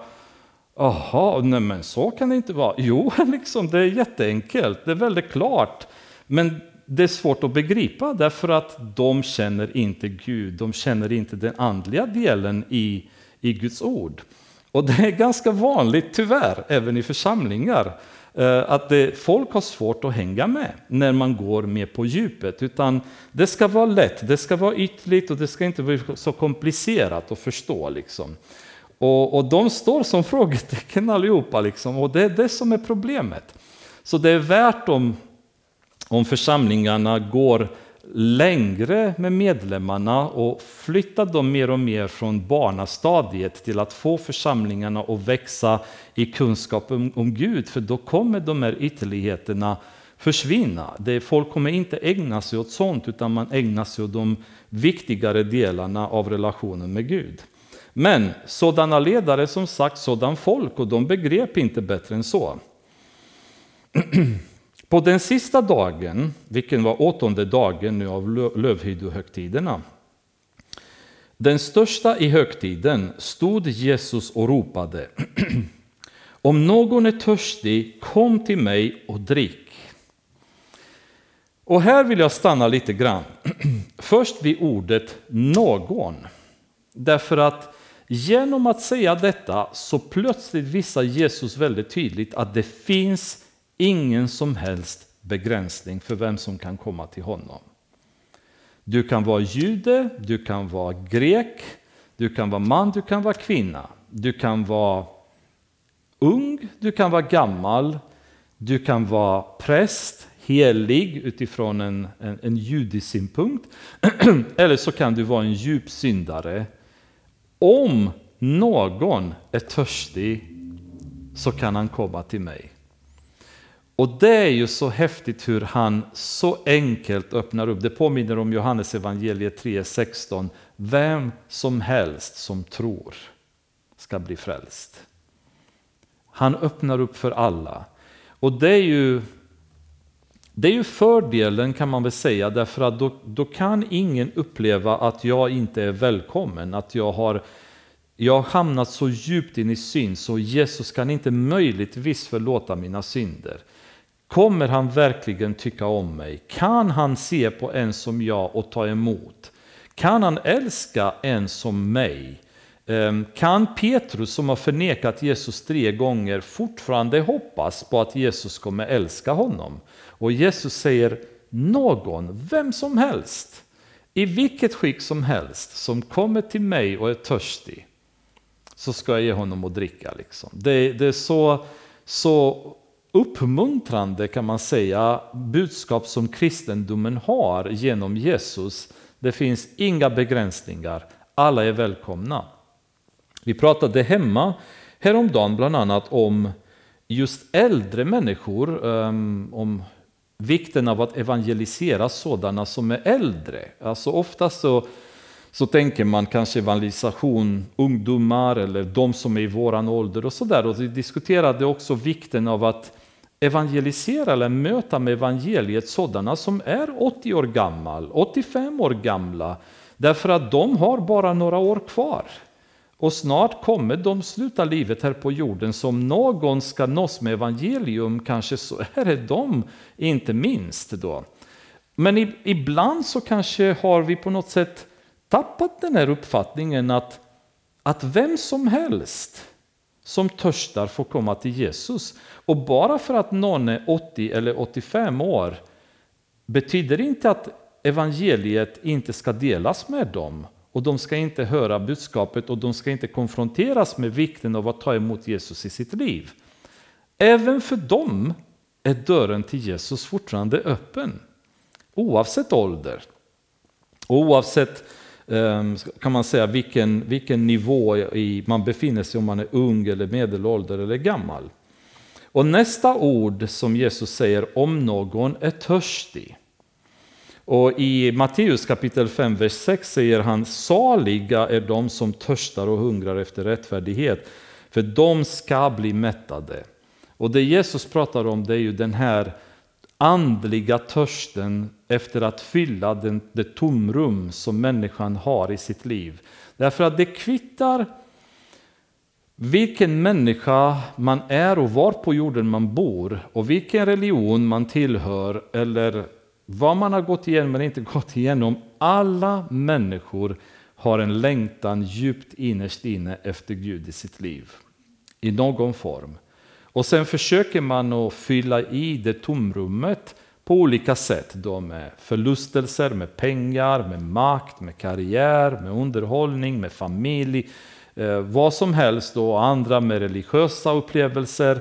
A: aha, nej men så kan det inte vara. Jo, liksom, det är jätteenkelt, det är väldigt klart. Men det är svårt att begripa därför att de känner inte Gud, de känner inte den andliga delen i Guds ord. Och det är ganska vanligt tyvärr, även i församlingar, att folk har svårt att hänga med när man går med på djupet. Utan det ska vara lätt, det ska vara ytligt och det ska inte vara så komplicerat att förstå. Liksom. Och de står som frågetecken allihopa, liksom, och det är det som är problemet. Så det är värt om församlingarna går längre med medlemmarna och flyttar dem mer och mer från barnastadiet till att få församlingarna att växa i kunskap om Gud, för då kommer de här ytterligheterna försvinna. Folk kommer inte ägna sig åt sånt utan man ägnar sig åt de viktigare delarna av relationen med Gud. Men sådana ledare, som sagt, sådan folk, och de begrep inte bättre än så. På den sista dagen, vilken var 8:e dagen nu av lövhyddohögtiderna, den största i högtiden, stod Jesus och ropade: om någon är törstig, kom till mig och drick. Och här vill jag stanna lite grann. Först vid ordet någon. Därför att genom att säga detta så plötsligt visar Jesus väldigt tydligt att det finns ingen som helst begränsning för vem som kan komma till honom. Du kan vara jude, du kan vara grek, du kan vara man, du kan vara kvinna. Du kan vara ung, du kan vara gammal, du kan vara präst, helig utifrån en judisk synpunkt. Eller så kan du vara en djup syndare. Om någon är törstig så kan han komma till mig. Och det är ju så häftigt hur han så enkelt öppnar upp. Det påminner om Johannes evangeliet 3:16. Vem som helst som tror ska bli frälst. Han öppnar upp för alla. Och det är ju fördelen, kan man väl säga, därför att då kan ingen uppleva att jag inte är välkommen, att jag har hamnat så djupt in i synd så Jesus kan inte möjligtvis förlåta mina synder. Kommer han verkligen tycka om mig? Kan han se på en som jag och ta emot? Kan han älska en som mig? Kan Petrus, som har förnekat Jesus 3 gånger, fortfarande hoppas på att Jesus kommer älska honom? Och Jesus säger, någon, vem som helst, i vilket skick som helst, som kommer till mig och är törstig, så ska jag ge honom att dricka. Liksom. Det är så uppmuntrande, kan man säga, budskap som kristendomen har genom Jesus. Det finns inga begränsningar, alla är välkomna. Vi pratade hemma häromdagen bland annat om just äldre människor, om vikten av att evangelisera sådana som är äldre. Alltså ofta så tänker man kanske evangelisation ungdomar eller de som är i våran ålder och sådär. Och vi diskuterade också vikten av att evangelisera eller möta med evangeliet sådana som är 80 år gamla, 85 år gamla. Därför att de har bara några år kvar. Och snart kommer de sluta livet här på jorden. Som någon ska nås med evangelium, kanske så är det de inte minst då. Men ibland så kanske har vi på något sätt tappat den här uppfattningen att att vem som helst som törstar får komma till Jesus. Och bara för att någon är 80 eller 85 år betyder inte att evangeliet inte ska delas med dem. Och de ska inte höra budskapet och de ska inte konfronteras med vikten av att ta emot Jesus i sitt liv. Även för dem är dörren till Jesus fortfarande öppen. Oavsett ålder. Oavsett kan man säga vilken nivå man befinner sig, om man är ung eller medelålder eller gammal. Och nästa ord som Jesus säger, om någon är törstig. Och i Matteus kapitel 5, vers 6 säger han, saliga är de som törstar och hungrar efter rättfärdighet, för de ska bli mättade. Och det Jesus pratar om, det är ju den här andliga törsten efter att fylla det tomrum som människan har i sitt liv. Därför att det kvittar vilken människa man är och var på jorden man bor och vilken religion man tillhör eller vad man har gått igenom eller inte gått igenom. Alla människor har en längtan djupt innerst inne efter Gud i sitt liv. I någon form. Och sen försöker man att fylla i det tomrummet på olika sätt. Då med förlustelser, med pengar, med makt, med karriär, med underhållning, med familj. Vad som helst då, andra med religiösa upplevelser.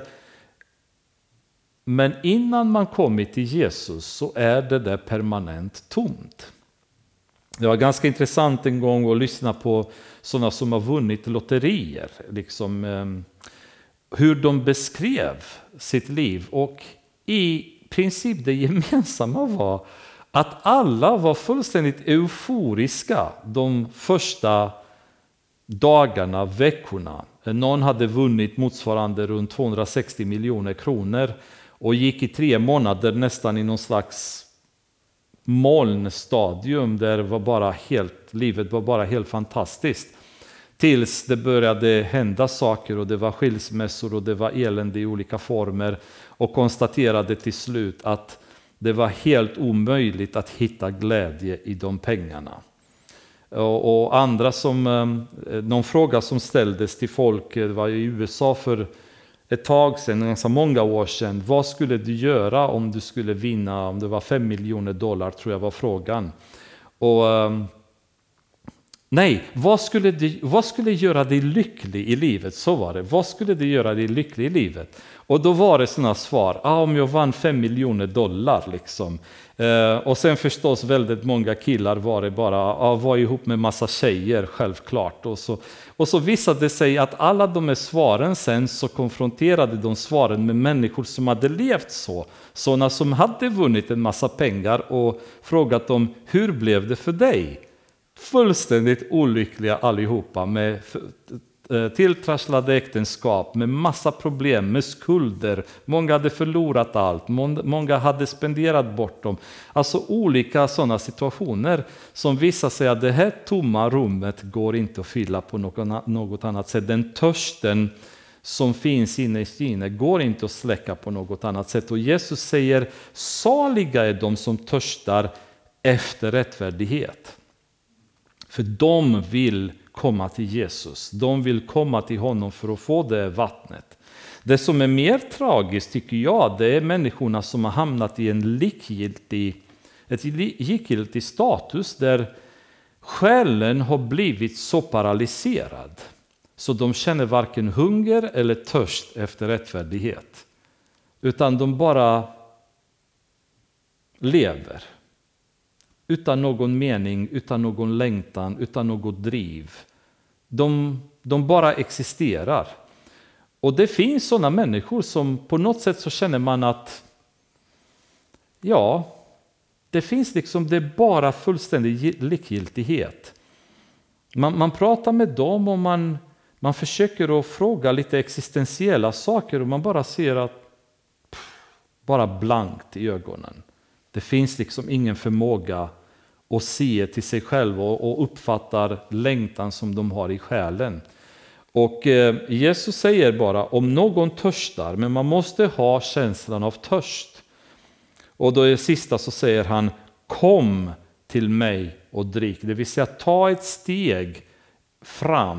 A: Men innan man kommer till Jesus så är det där permanent tomt. Det var ganska intressant en gång att lyssna på sådana som har vunnit lotterier. Liksom, hur de beskrev sitt liv. Och i princip det gemensamma var att alla var fullständigt euforiska de första dagarna, veckorna. Någon hade vunnit motsvarande runt 260 miljoner kronor och gick i 3 månader nästan i någon slags molnstadium där livet var bara helt fantastiskt. Tills det började hända saker och det var skilsmässor och det var elände i olika former och konstaterade till slut att det var helt omöjligt att hitta glädje i de pengarna. Och andra någon fråga som ställdes till folk, det var i USA för ett tag sedan, ganska många år sedan. Vad skulle du göra om du skulle vinna, om det var $5 miljoner tror jag var frågan. Och nej, vad skulle göra dig lycklig i livet? Så var det. Vad skulle det göra dig lycklig i livet? Och då var det sådana svar. Om jag vann $5 miljoner liksom. Och sen förstås väldigt många killar var det bara. Var ihop med massa tjejer, självklart. Och så visade det sig att alla de här svaren sen så konfronterade de svaren med människor som hade levt så. Sådana som hade vunnit en massa pengar och frågat dem, hur blev det för dig? Fullständigt olyckliga allihopa med tilltrasslade äktenskap, med massa problem, med skulder. Många hade förlorat allt, många hade spenderat bort dem. Alltså olika sådana situationer som visar sig att det här tomma rummet går inte att fylla på något annat sätt. Den törsten som finns inne går inte att släcka på något annat sätt. Och Jesus säger, saliga är de som törstar efter rättfärdighet. För de vill komma till Jesus. De vill komma till honom för att få det vattnet. Det som är mer tragiskt tycker jag, det är människorna som har hamnat i en likgiltig status där själen har blivit så paralyserad så de känner varken hunger eller törst efter rättfärdighet. Utan de bara lever. Utan någon mening, utan någon längtan, utan något driv. De bara existerar. Och det finns sådana människor som på något sätt så känner man att det finns liksom, det är bara fullständig likgiltighet. Man pratar med dem och man försöker att fråga lite existentiella saker och man bara ser att bara blankt i ögonen. Det finns liksom ingen förmåga att se till sig själv och uppfattar längtan som de har i själen. Och Jesus säger bara, om någon törstar, men man måste ha känslan av törst. Och då i sista så säger han, kom till mig och drick. Det vill säga ta ett steg fram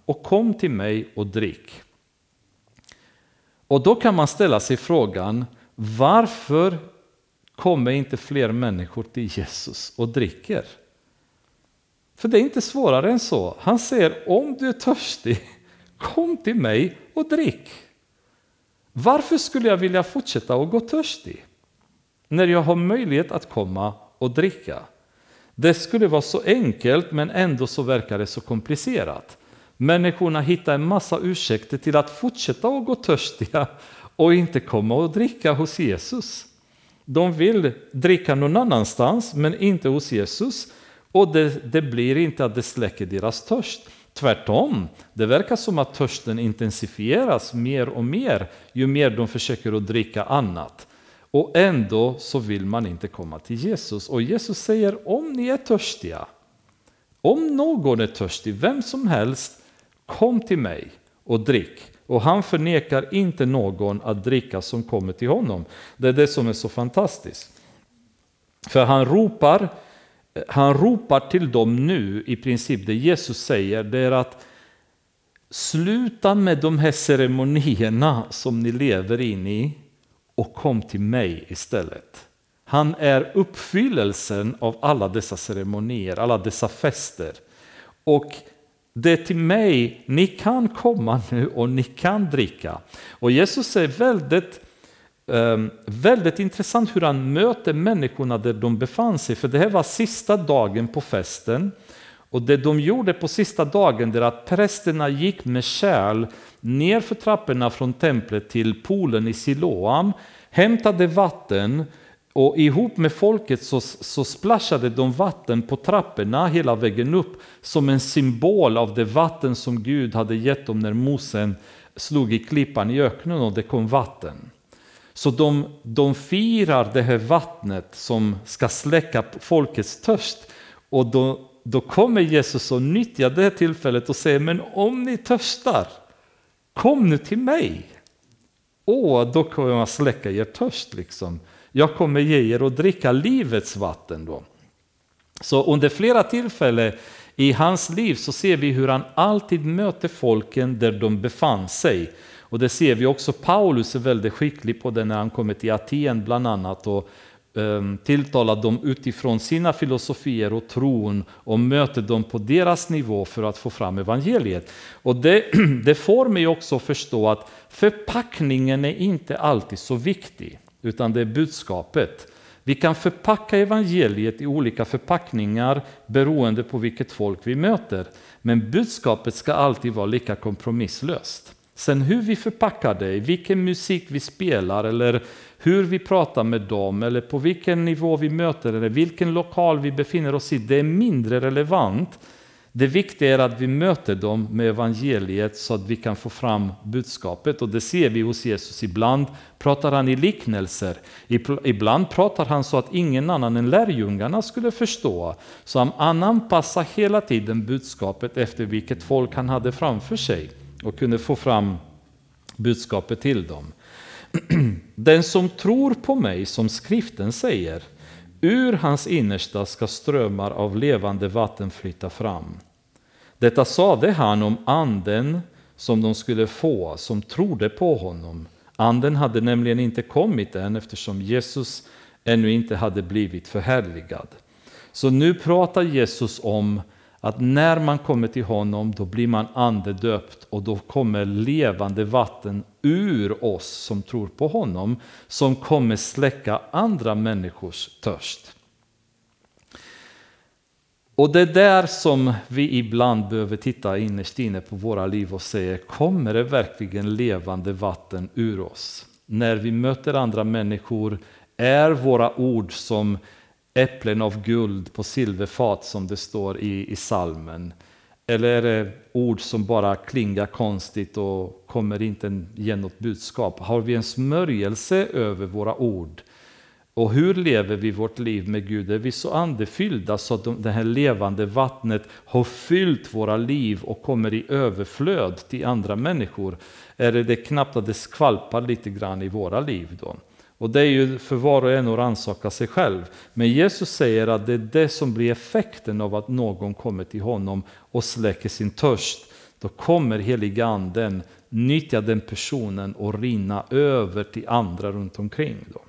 A: och kom till mig och drick. Och då kan man ställa sig frågan, varför kommer inte fler människor till Jesus och dricker? För det är inte svårare än så. Han säger, om du är törstig, kom till mig och drick. Varför skulle jag vilja fortsätta att gå törstig när jag har möjlighet att komma och dricka? Det skulle vara så enkelt, men ändå så verkar det så komplicerat. Människorna hittar en massa ursäkter till att fortsätta att gå törstiga och inte komma och dricka hos Jesus. De vill dricka någon annanstans, men inte hos Jesus. Och det blir inte att det släcker deras törst. Tvärtom, det verkar som att törsten intensifieras mer och mer ju mer de försöker att dricka annat. Och ändå så vill man inte komma till Jesus. Och Jesus säger, om ni är törstiga, om någon är törstig, vem som helst, kom till mig och drick. Och han förnekar inte någon att dricka som kommer till honom. Det är det som är så fantastiskt. För han ropar till dem nu, i princip det Jesus säger, det är att sluta med de här ceremonierna som ni lever in i och kom till mig istället. Han är uppfyllelsen av alla dessa ceremonier, alla dessa fester. Och det är till mig, ni kan komma nu och ni kan dricka. Och Jesus är väldigt intressant hur han möter människorna där de befann sig. För det här var sista dagen på festen. Och det de gjorde på sista dagen är att prästerna gick med kärl ner för trapporna från templet till poolen i Siloam, hämtade vatten och ihop med folket så splashade de vatten på trapporna hela vägen upp som en symbol av det vatten som Gud hade gett dem när Mosen slog i klippan i öknen och det kom vatten. Så de firar det här vattnet som ska släcka folkets törst. Och då kommer Jesus och nyttjar det här tillfället och säger, men om ni törstar, kom nu till mig. Då kommer jag släcka er törst liksom. Jag kommer ge er att dricka livets vatten då. Så under flera tillfällen i hans liv så ser vi hur han alltid möter folken där de befann sig. Och det ser vi också, Paulus är väldigt skicklig på det när han kommer till Aten bland annat och tilltalar dem utifrån sina filosofier och tron och möter dem på deras nivå för att få fram evangeliet. Och det får mig också förstå att förpackningen är inte alltid så viktig, utan det är budskapet. Vi kan förpacka evangeliet i olika förpackningar beroende på vilket folk vi möter. Men budskapet ska alltid vara lika kompromisslöst. Sen hur vi förpackar det, vilken musik vi spelar eller hur vi pratar med dem eller på vilken nivå vi möter eller vilken lokal vi befinner oss i, det är mindre relevant. Det viktiga är att vi möter dem med evangeliet så att vi kan få fram budskapet. Och det ser vi hos Jesus. Ibland pratar han i liknelser. Ibland pratar han så att ingen annan än lärjungarna skulle förstå. Så han anpassar hela tiden budskapet efter vilket folk han hade framför sig. Och kunde få fram budskapet till dem. Den som tror på mig, som skriften säger, ur hans innersta ska strömmar av levande vatten flyta fram. Detta sade han om anden som de skulle få, som trodde på honom. Anden hade nämligen inte kommit än eftersom Jesus ännu inte hade blivit förhärligad. Så nu pratar Jesus om att när man kommer till honom då blir man andedöpt och då kommer levande vatten ur oss som tror på honom som kommer släcka andra människors törst. Och det är där som vi ibland behöver titta innerst inne på våra liv och säga, kommer det verkligen levande vatten ur oss? När vi möter andra människor är våra ord som äpplen av guld på silverfat som det står i salmen. Eller är det ord som bara klingar konstigt och kommer inte ge något budskap? Har vi en smörjelse över våra ord? Och hur lever vi vårt liv med Gud? Är vi så andefyllda så att det här levande vattnet har fyllt våra liv och kommer i överflöd till andra människor? Är det knappt att det skvalpar lite grann i våra liv då? Och det är ju för var och en att rannsaka sig själv. Men Jesus säger att det är det som blir effekten av att någon kommer till honom och släcker sin törst. då kommer heliga anden nyttja den personen och rinna över till andra runt omkring då.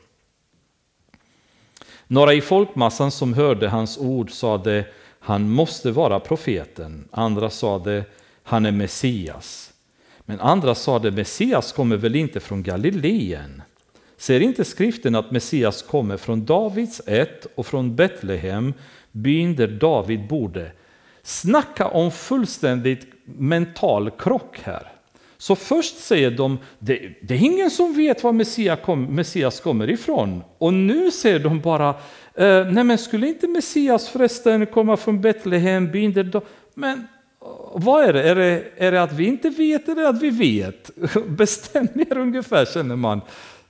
A: Några i folkmassan som hörde hans ord sade, han måste vara profeten. Andra sade, han är Messias. Men andra sade, Messias kommer väl inte från Galileen? Ser inte skriften att Messias kommer från Davids ett och från Betlehem, byn där David bodde? Snacka om fullständigt mental krock här. Så först säger de, det är ingen som vet var Messias kommer ifrån. Och nu säger de bara, nej men skulle inte Messias förresten komma från Betlehem, byn där men vad är det? Är det att vi inte vet eller att vi vet? Bestäm er ungefär, känner man.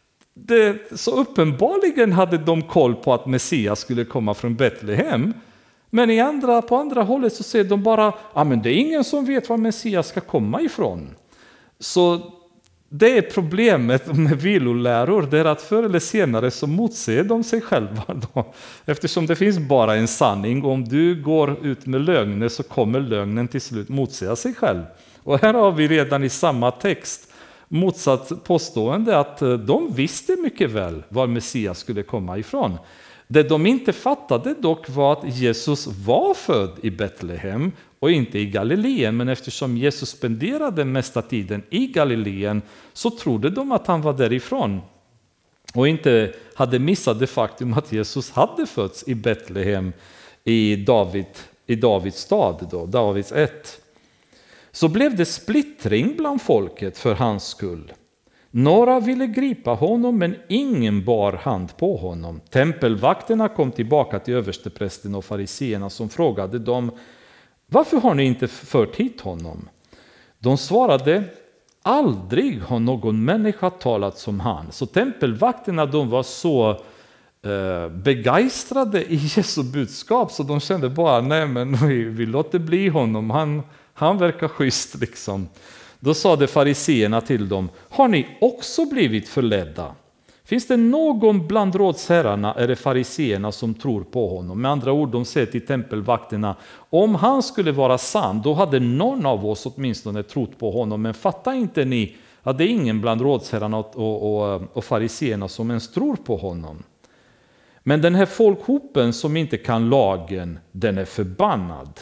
A: Så uppenbarligen hade de koll på att Messias skulle komma från Betlehem. Men på andra hållet så säger de bara, men det är ingen som vet var Messias ska komma ifrån. Så det är problemet med viloläror, det är att förr eller senare så motsäger de sig själva då. Eftersom det finns bara en sanning, och om du går ut med lögner så kommer lögnen till slut motsäga sig själv. Och här har vi redan i samma text motsatt påstående att de visste mycket väl var Messias skulle komma ifrån. Det de inte fattade dock var att Jesus var född i Betlehem och inte i Galileen, men eftersom Jesus spenderade mesta tiden i Galileen så trodde de att han var därifrån och inte hade missat det faktum att Jesus hade fötts i Betlehem i Davids stad, då, Davids ett. Så blev det splittring bland folket för hans skull. Några ville gripa honom, men ingen bar hand på honom. Tempelvakterna kom tillbaka till översteprästen och fariseerna som frågade dem, varför har ni inte fört hit honom? De svarade, aldrig har någon människa talat som han. Så tempelvakterna, de var så begeistrade i Jesu budskap så de kände bara, nej men vi låter bli honom, han verkar schysst liksom. Då sade fariseerna till dem, har ni också blivit förledda? Finns det någon bland rådsherrarna eller fariseerna som tror på honom? Med andra ord, de säger till tempelvakterna, om han skulle vara sann, då hade någon av oss åtminstone trott på honom. Men fattar inte ni att det är ingen bland rådsherrarna och fariseerna som ens tror på honom? Men den här folkhopen som inte kan lagen, den är förbannad.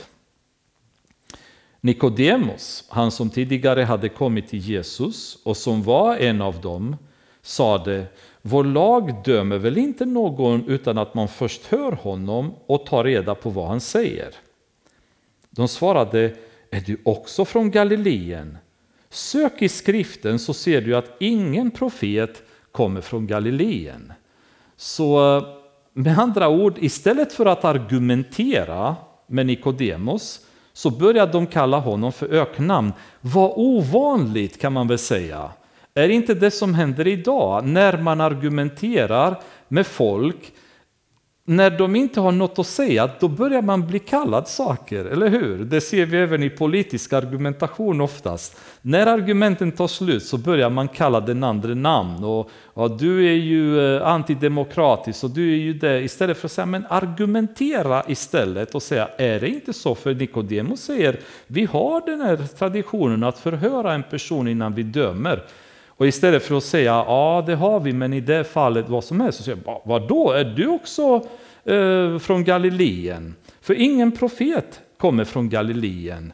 A: Nikodemus, han som tidigare hade kommit till Jesus och som var en av dem, sade, vår lag dömer väl inte någon utan att man först hör honom och tar reda på vad han säger. De svarade, är du också från Galileen? Sök i skriften så ser du att ingen profet kommer från Galileen. Så med andra ord, istället för att argumentera med Nikodemus så började de kalla honom för öknamn. Vad ovanligt kan man väl säga. Är inte det som händer idag när man argumenterar med folk, när de inte har något att säga, då börjar man bli kallad saker, eller hur? Det ser vi även i politisk argumentation oftast. När argumenten tar slut så börjar man kalla den andra namn. Och du är ju antidemokratisk och du är ju det. Istället för att säga, men argumentera istället och säga, är det inte så? För Nikodemus säger, vi har den här traditionen att förhöra en person innan vi dömer. Och istället för att säga, ja det har vi, men i det fallet vad som helst, så säger jag, vadå, är du också från Galileen? För ingen profet kommer från Galileen.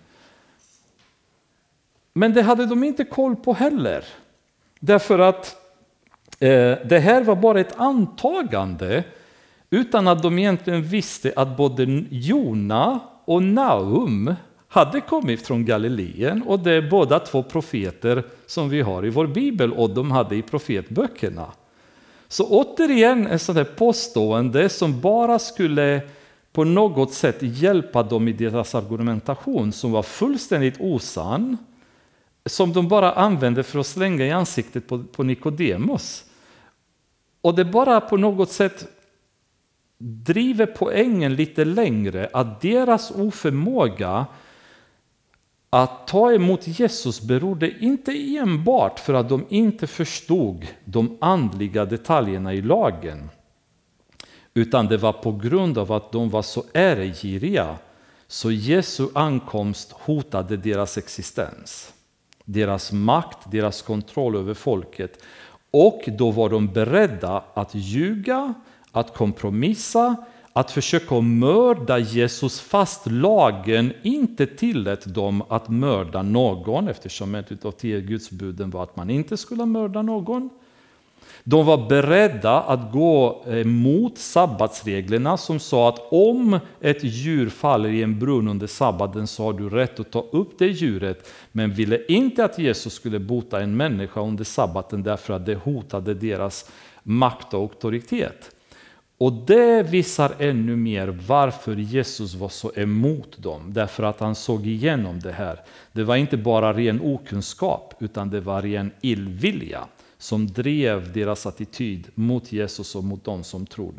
A: Men det hade de inte koll på heller. Därför att det här var bara ett antagande utan att de egentligen visste att både Jona och Nahum hade kommit från Galileen, och det är båda två profeter som vi har i vår bibel och de hade i profetböckerna. Så återigen en sån där påstående som bara skulle på något sätt hjälpa dem i deras argumentation, som var fullständigt osann, som de bara använde för att slänga i ansiktet på Nikodemus. Och det bara på något sätt driver poängen lite längre, att deras oförmåga att ta emot Jesus berodde inte enbart för att de inte förstod de andliga detaljerna i lagen, utan det var på grund av att de var så äregiriga Så Jesu ankomst hotade deras existens, deras makt, deras kontroll över folket. Och då var de beredda att ljuga, att kompromissa, att försöka mörda Jesus fast lagen inte tillät dem att mörda någon, eftersom ett av 10 gudsbuden var att man inte skulle mörda någon. De var beredda att gå emot sabbatsreglerna som sa att om ett djur faller i en brunn under sabbaten så har du rätt att ta upp det djuret, men ville inte att Jesus skulle bota en människa under sabbaten därför att det hotade deras makt och auktoritet. Och det visar ännu mer varför Jesus var så emot dem. Därför att han såg igenom det här. Det var inte bara ren okunskap utan det var ren illvilja som drev deras attityd mot Jesus och mot dem som trodde.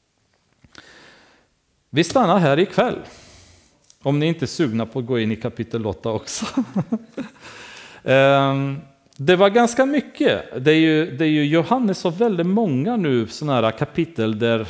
A: Vi stannar här ikväll. Om ni inte är sugna på att gå in i kapitel 8 också. Det var ganska mycket. Det är ju Johannes och väldigt många nu sådana här kapitel där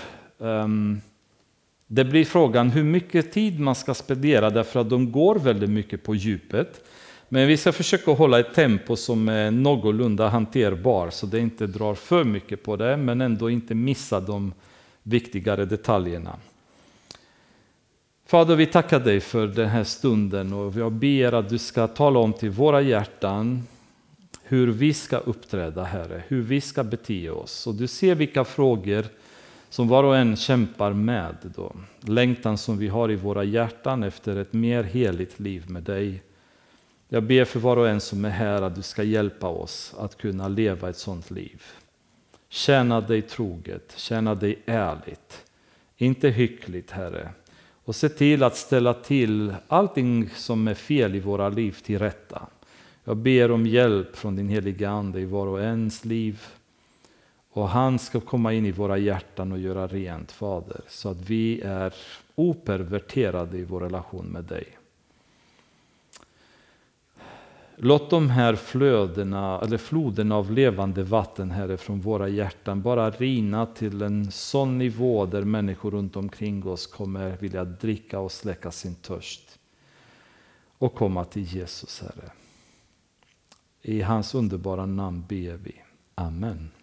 A: det blir frågan hur mycket tid man ska spendera, därför att de går väldigt mycket på djupet. Men vi ska försöka hålla ett tempo som är någorlunda hanterbar så det inte drar för mycket på det, men ändå inte missa de viktigare detaljerna. Fader, vi tackar dig för den här stunden och jag ber att du ska tala om till våra hjärtan hur vi ska uppträda, Herre, hur vi ska bete oss. Och du ser vilka frågor som var och en kämpar med då. Längtan som vi har i våra hjärtan efter ett mer heligt liv med dig. Jag ber för var och en som är här att du ska hjälpa oss att kunna leva ett sådant liv. Tjäna dig troget, tjäna dig ärligt, inte hyckligt, Herre. Och se till att ställa till allting som är fel i våra liv till rätta. Jag ber om hjälp från din heliga ande i var och ens liv. Och han ska komma in i våra hjärtan och göra rent, Fader. Så att vi är operverterade i vår relation med dig. Låt de här floderna av levande vatten, Herre, från våra hjärtan bara rina till en sån nivå där människor runt omkring oss kommer vilja dricka och släcka sin törst. Och komma till Jesus, Herre. I hans underbara namn ber vi. Amen.